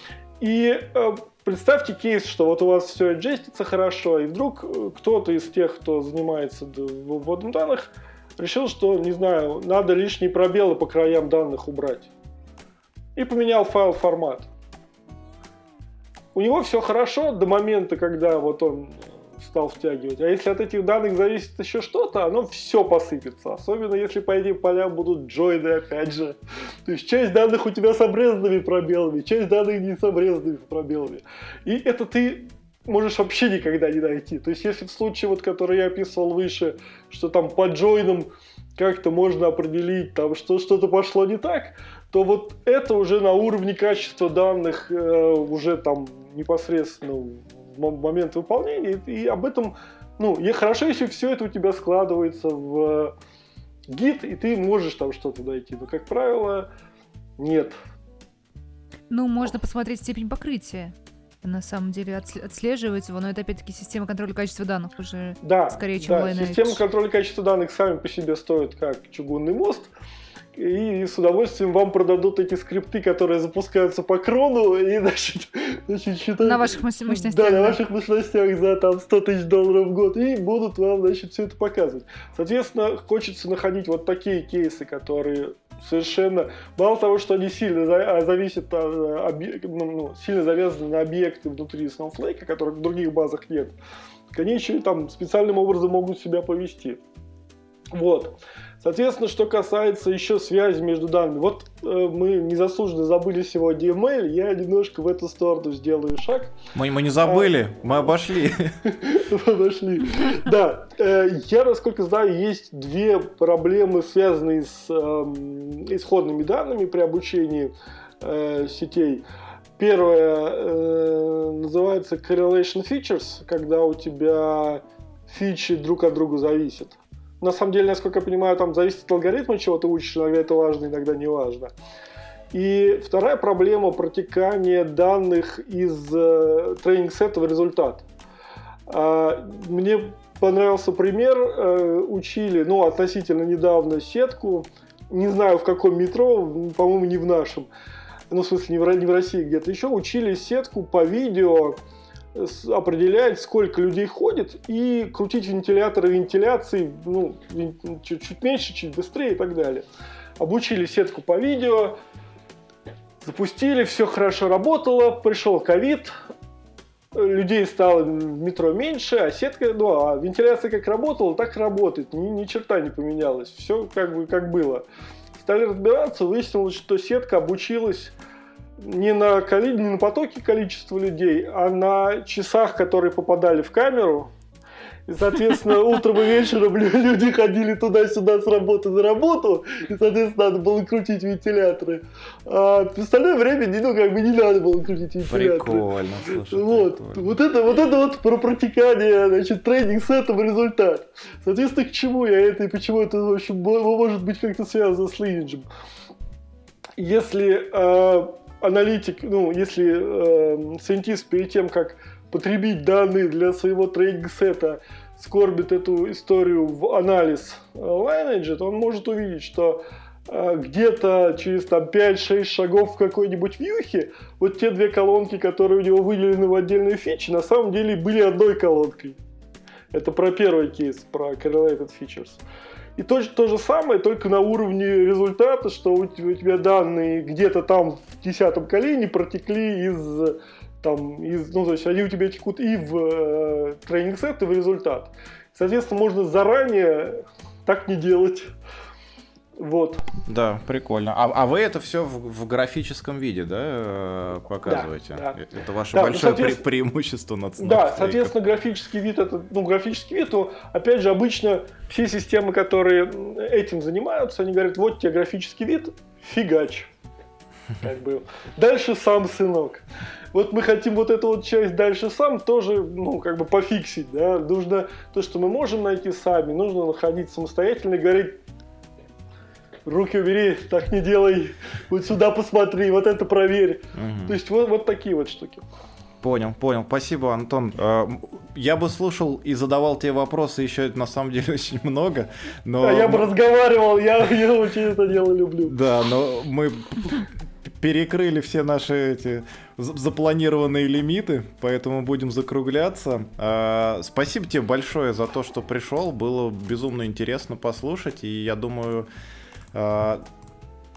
S4: И э, представьте кейс, что вот у вас все аджестится хорошо, и вдруг кто-то из тех, кто занимается вводом данных, решил, что, не знаю, надо лишние пробелы по краям данных убрать. И поменял файл-формат. у него все хорошо до момента, когда вот он стал втягивать. А если от этих данных зависит еще что-то, оно все посыпется. Особенно если по этим полям будут джойны, опять же. То есть часть данных у тебя с обрезанными пробелами, часть данных не с обрезанными пробелами. И это ты можешь вообще никогда не найти. То есть если в случае, вот, который я описывал выше, что там по джойнам как-то можно определить, там, что что-то пошло не так, то вот это уже на уровне качества данных э, уже там непосредственно в момент выполнения, и об этом, ну, и хорошо, если все это у тебя складывается в гид, и ты можешь там что-то найти, но, как правило, нет.
S2: Ну, можно посмотреть степень покрытия, на самом деле, отслеживать его, но это, опять-таки, система контроля качества данных уже
S4: да,
S2: скорее, чем
S4: да,
S2: Lineage.
S4: Система контроля качества данных сами по себе стоят как чугунный мост, и с удовольствием вам продадут эти скрипты, которые запускаются по крону, и, значит, значит считают...
S2: На ваших мощностях.
S4: Да, на ваших мощностях за там сто тысяч долларов в год, и будут вам, значит, все это показывать. Соответственно, хочется находить вот такие кейсы, которые совершенно... Мало того, что они сильно за... зависят от объ... ну, сильно завязаны на объекты внутри Snowflake, которых в других базах нет, они еще там специальным образом могут себя повести. Вот. Соответственно, что касается еще связи между данными. Вот э, мы незаслуженно забыли сегодня ди эм эл, я немножко в эту сторону сделаю шаг.
S1: Мы, мы не забыли, а... мы обошли.
S4: Обошли. Да, э, я, насколько знаю, есть две проблемы, связанные с э, исходными данными при обучении э, сетей. Первое э, называется correlation features, когда у тебя фичи друг от друга зависят. На самом деле, насколько я понимаю, там зависит от алгоритма, чего ты учишь, иногда это важно, иногда не важно. И вторая проблема — протекание данных из э, тренинг-сета в результат. А, мне понравился пример, э, учили, ну, относительно недавно сетку, не знаю в каком метро, по-моему, не в нашем, ну, в смысле, не в, не в России, где-то еще, учили сетку по видео, определять, сколько людей ходит, и крутить вентиляторы вентиляции, ну, чуть-чуть меньше, чуть быстрее и так далее. Обучили сетку по видео, запустили, все хорошо работало, пришел ковид, людей стало в метро меньше, а сетка, ну, а вентиляция как работала, так и работает, ни, ни черта не поменялось, все как бы как было. Стали разбираться, выяснилось, что сетка обучилась не на, коли... не на потоке количества людей, а на часах, которые попадали в камеру. И, соответственно, утром и вечером люди ходили туда-сюда с работы на работу, и, соответственно, надо было крутить вентиляторы. А в остальное время, ну, как бы не надо было крутить вентиляторы.
S1: Прикольно, слушай,
S4: вот.
S1: прикольно. Вот
S4: это, вот это вот про протекание, значит, тренинг-сета в результат. Соответственно, к чему я это и почему это, в общем, может быть как-то связано с Lineage. Если э, аналитик, ну, если э, сайентист перед тем, как потребить данные для своего тренинг-сета, скорбит эту историю в анализ Lineage, то он может увидеть, что э, где-то через там, пять-шесть шагов в какой-нибудь вьюхе вот те две колонки, которые у него выделены в отдельные фичи, на самом деле были одной колонкой. Это про первый кейс, про correlated features. И то, то же самое, только на уровне результата, что у тебя данные где-то там в десятом колене протекли из, там, из, ну, то есть они у тебя текут и в э, тренинг-сет, и в результат. Соответственно, можно заранее так не делать. Вот.
S1: Да, прикольно. А, а вы это все в, в графическом виде, да, показываете?
S4: Да, да.
S1: Это ваше
S4: да,
S1: большое
S4: ну,
S1: пре- преимущество над Snowflake.
S4: Да, соответственно, графический вид, это, ну, графический вид, то, опять же, обычно все системы, которые этим занимаются, они говорят, вот тебе графический вид, фигач. Как бы. Дальше сам, сынок. Вот мы хотим вот эту вот часть дальше сам тоже, ну, как бы пофиксить, да. Нужно то, что мы можем найти сами, нужно находить самостоятельно и говорить, руки убери, так не делай, вот сюда посмотри, вот это проверь. Угу. То есть вот, вот такие вот штуки.
S1: Понял, понял. Спасибо, Антон. Я бы слушал и задавал тебе вопросы еще, на самом деле, очень много. Но...
S4: А я бы разговаривал, я, я очень это дело люблю.
S1: Да, но мы перекрыли все наши эти запланированные лимиты, поэтому будем закругляться. Спасибо тебе большое за то, что пришел. Было безумно интересно послушать, и я думаю...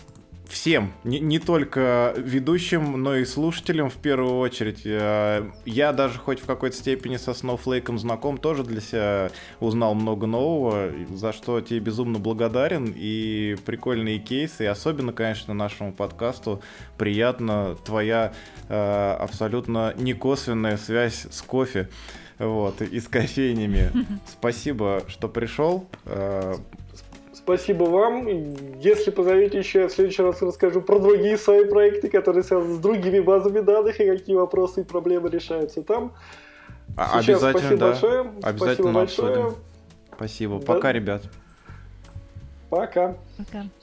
S1: всем, не, не только ведущим, но и слушателям в первую очередь. Я даже хоть в какой-то степени со Snowflake знаком, тоже для себя узнал много нового, за что тебе безумно благодарен, и прикольные кейсы, и особенно, конечно, нашему подкасту приятно твоя э, абсолютно некосвенная связь с кофе. Вот, и с кофейнями. Спасибо, что пришел.
S4: Спасибо вам. Если позовете еще, я в следующий раз расскажу про другие свои проекты, которые связаны с другими базами данных, и какие вопросы и проблемы решаются там.
S1: А,
S4: Сейчас
S1: обязательно,
S4: спасибо
S1: да.
S4: большое.
S1: Обязательно
S4: Спасибо большое.
S1: обсудим. Спасибо.
S4: Да.
S1: Пока, ребят.
S4: Пока.
S2: Пока.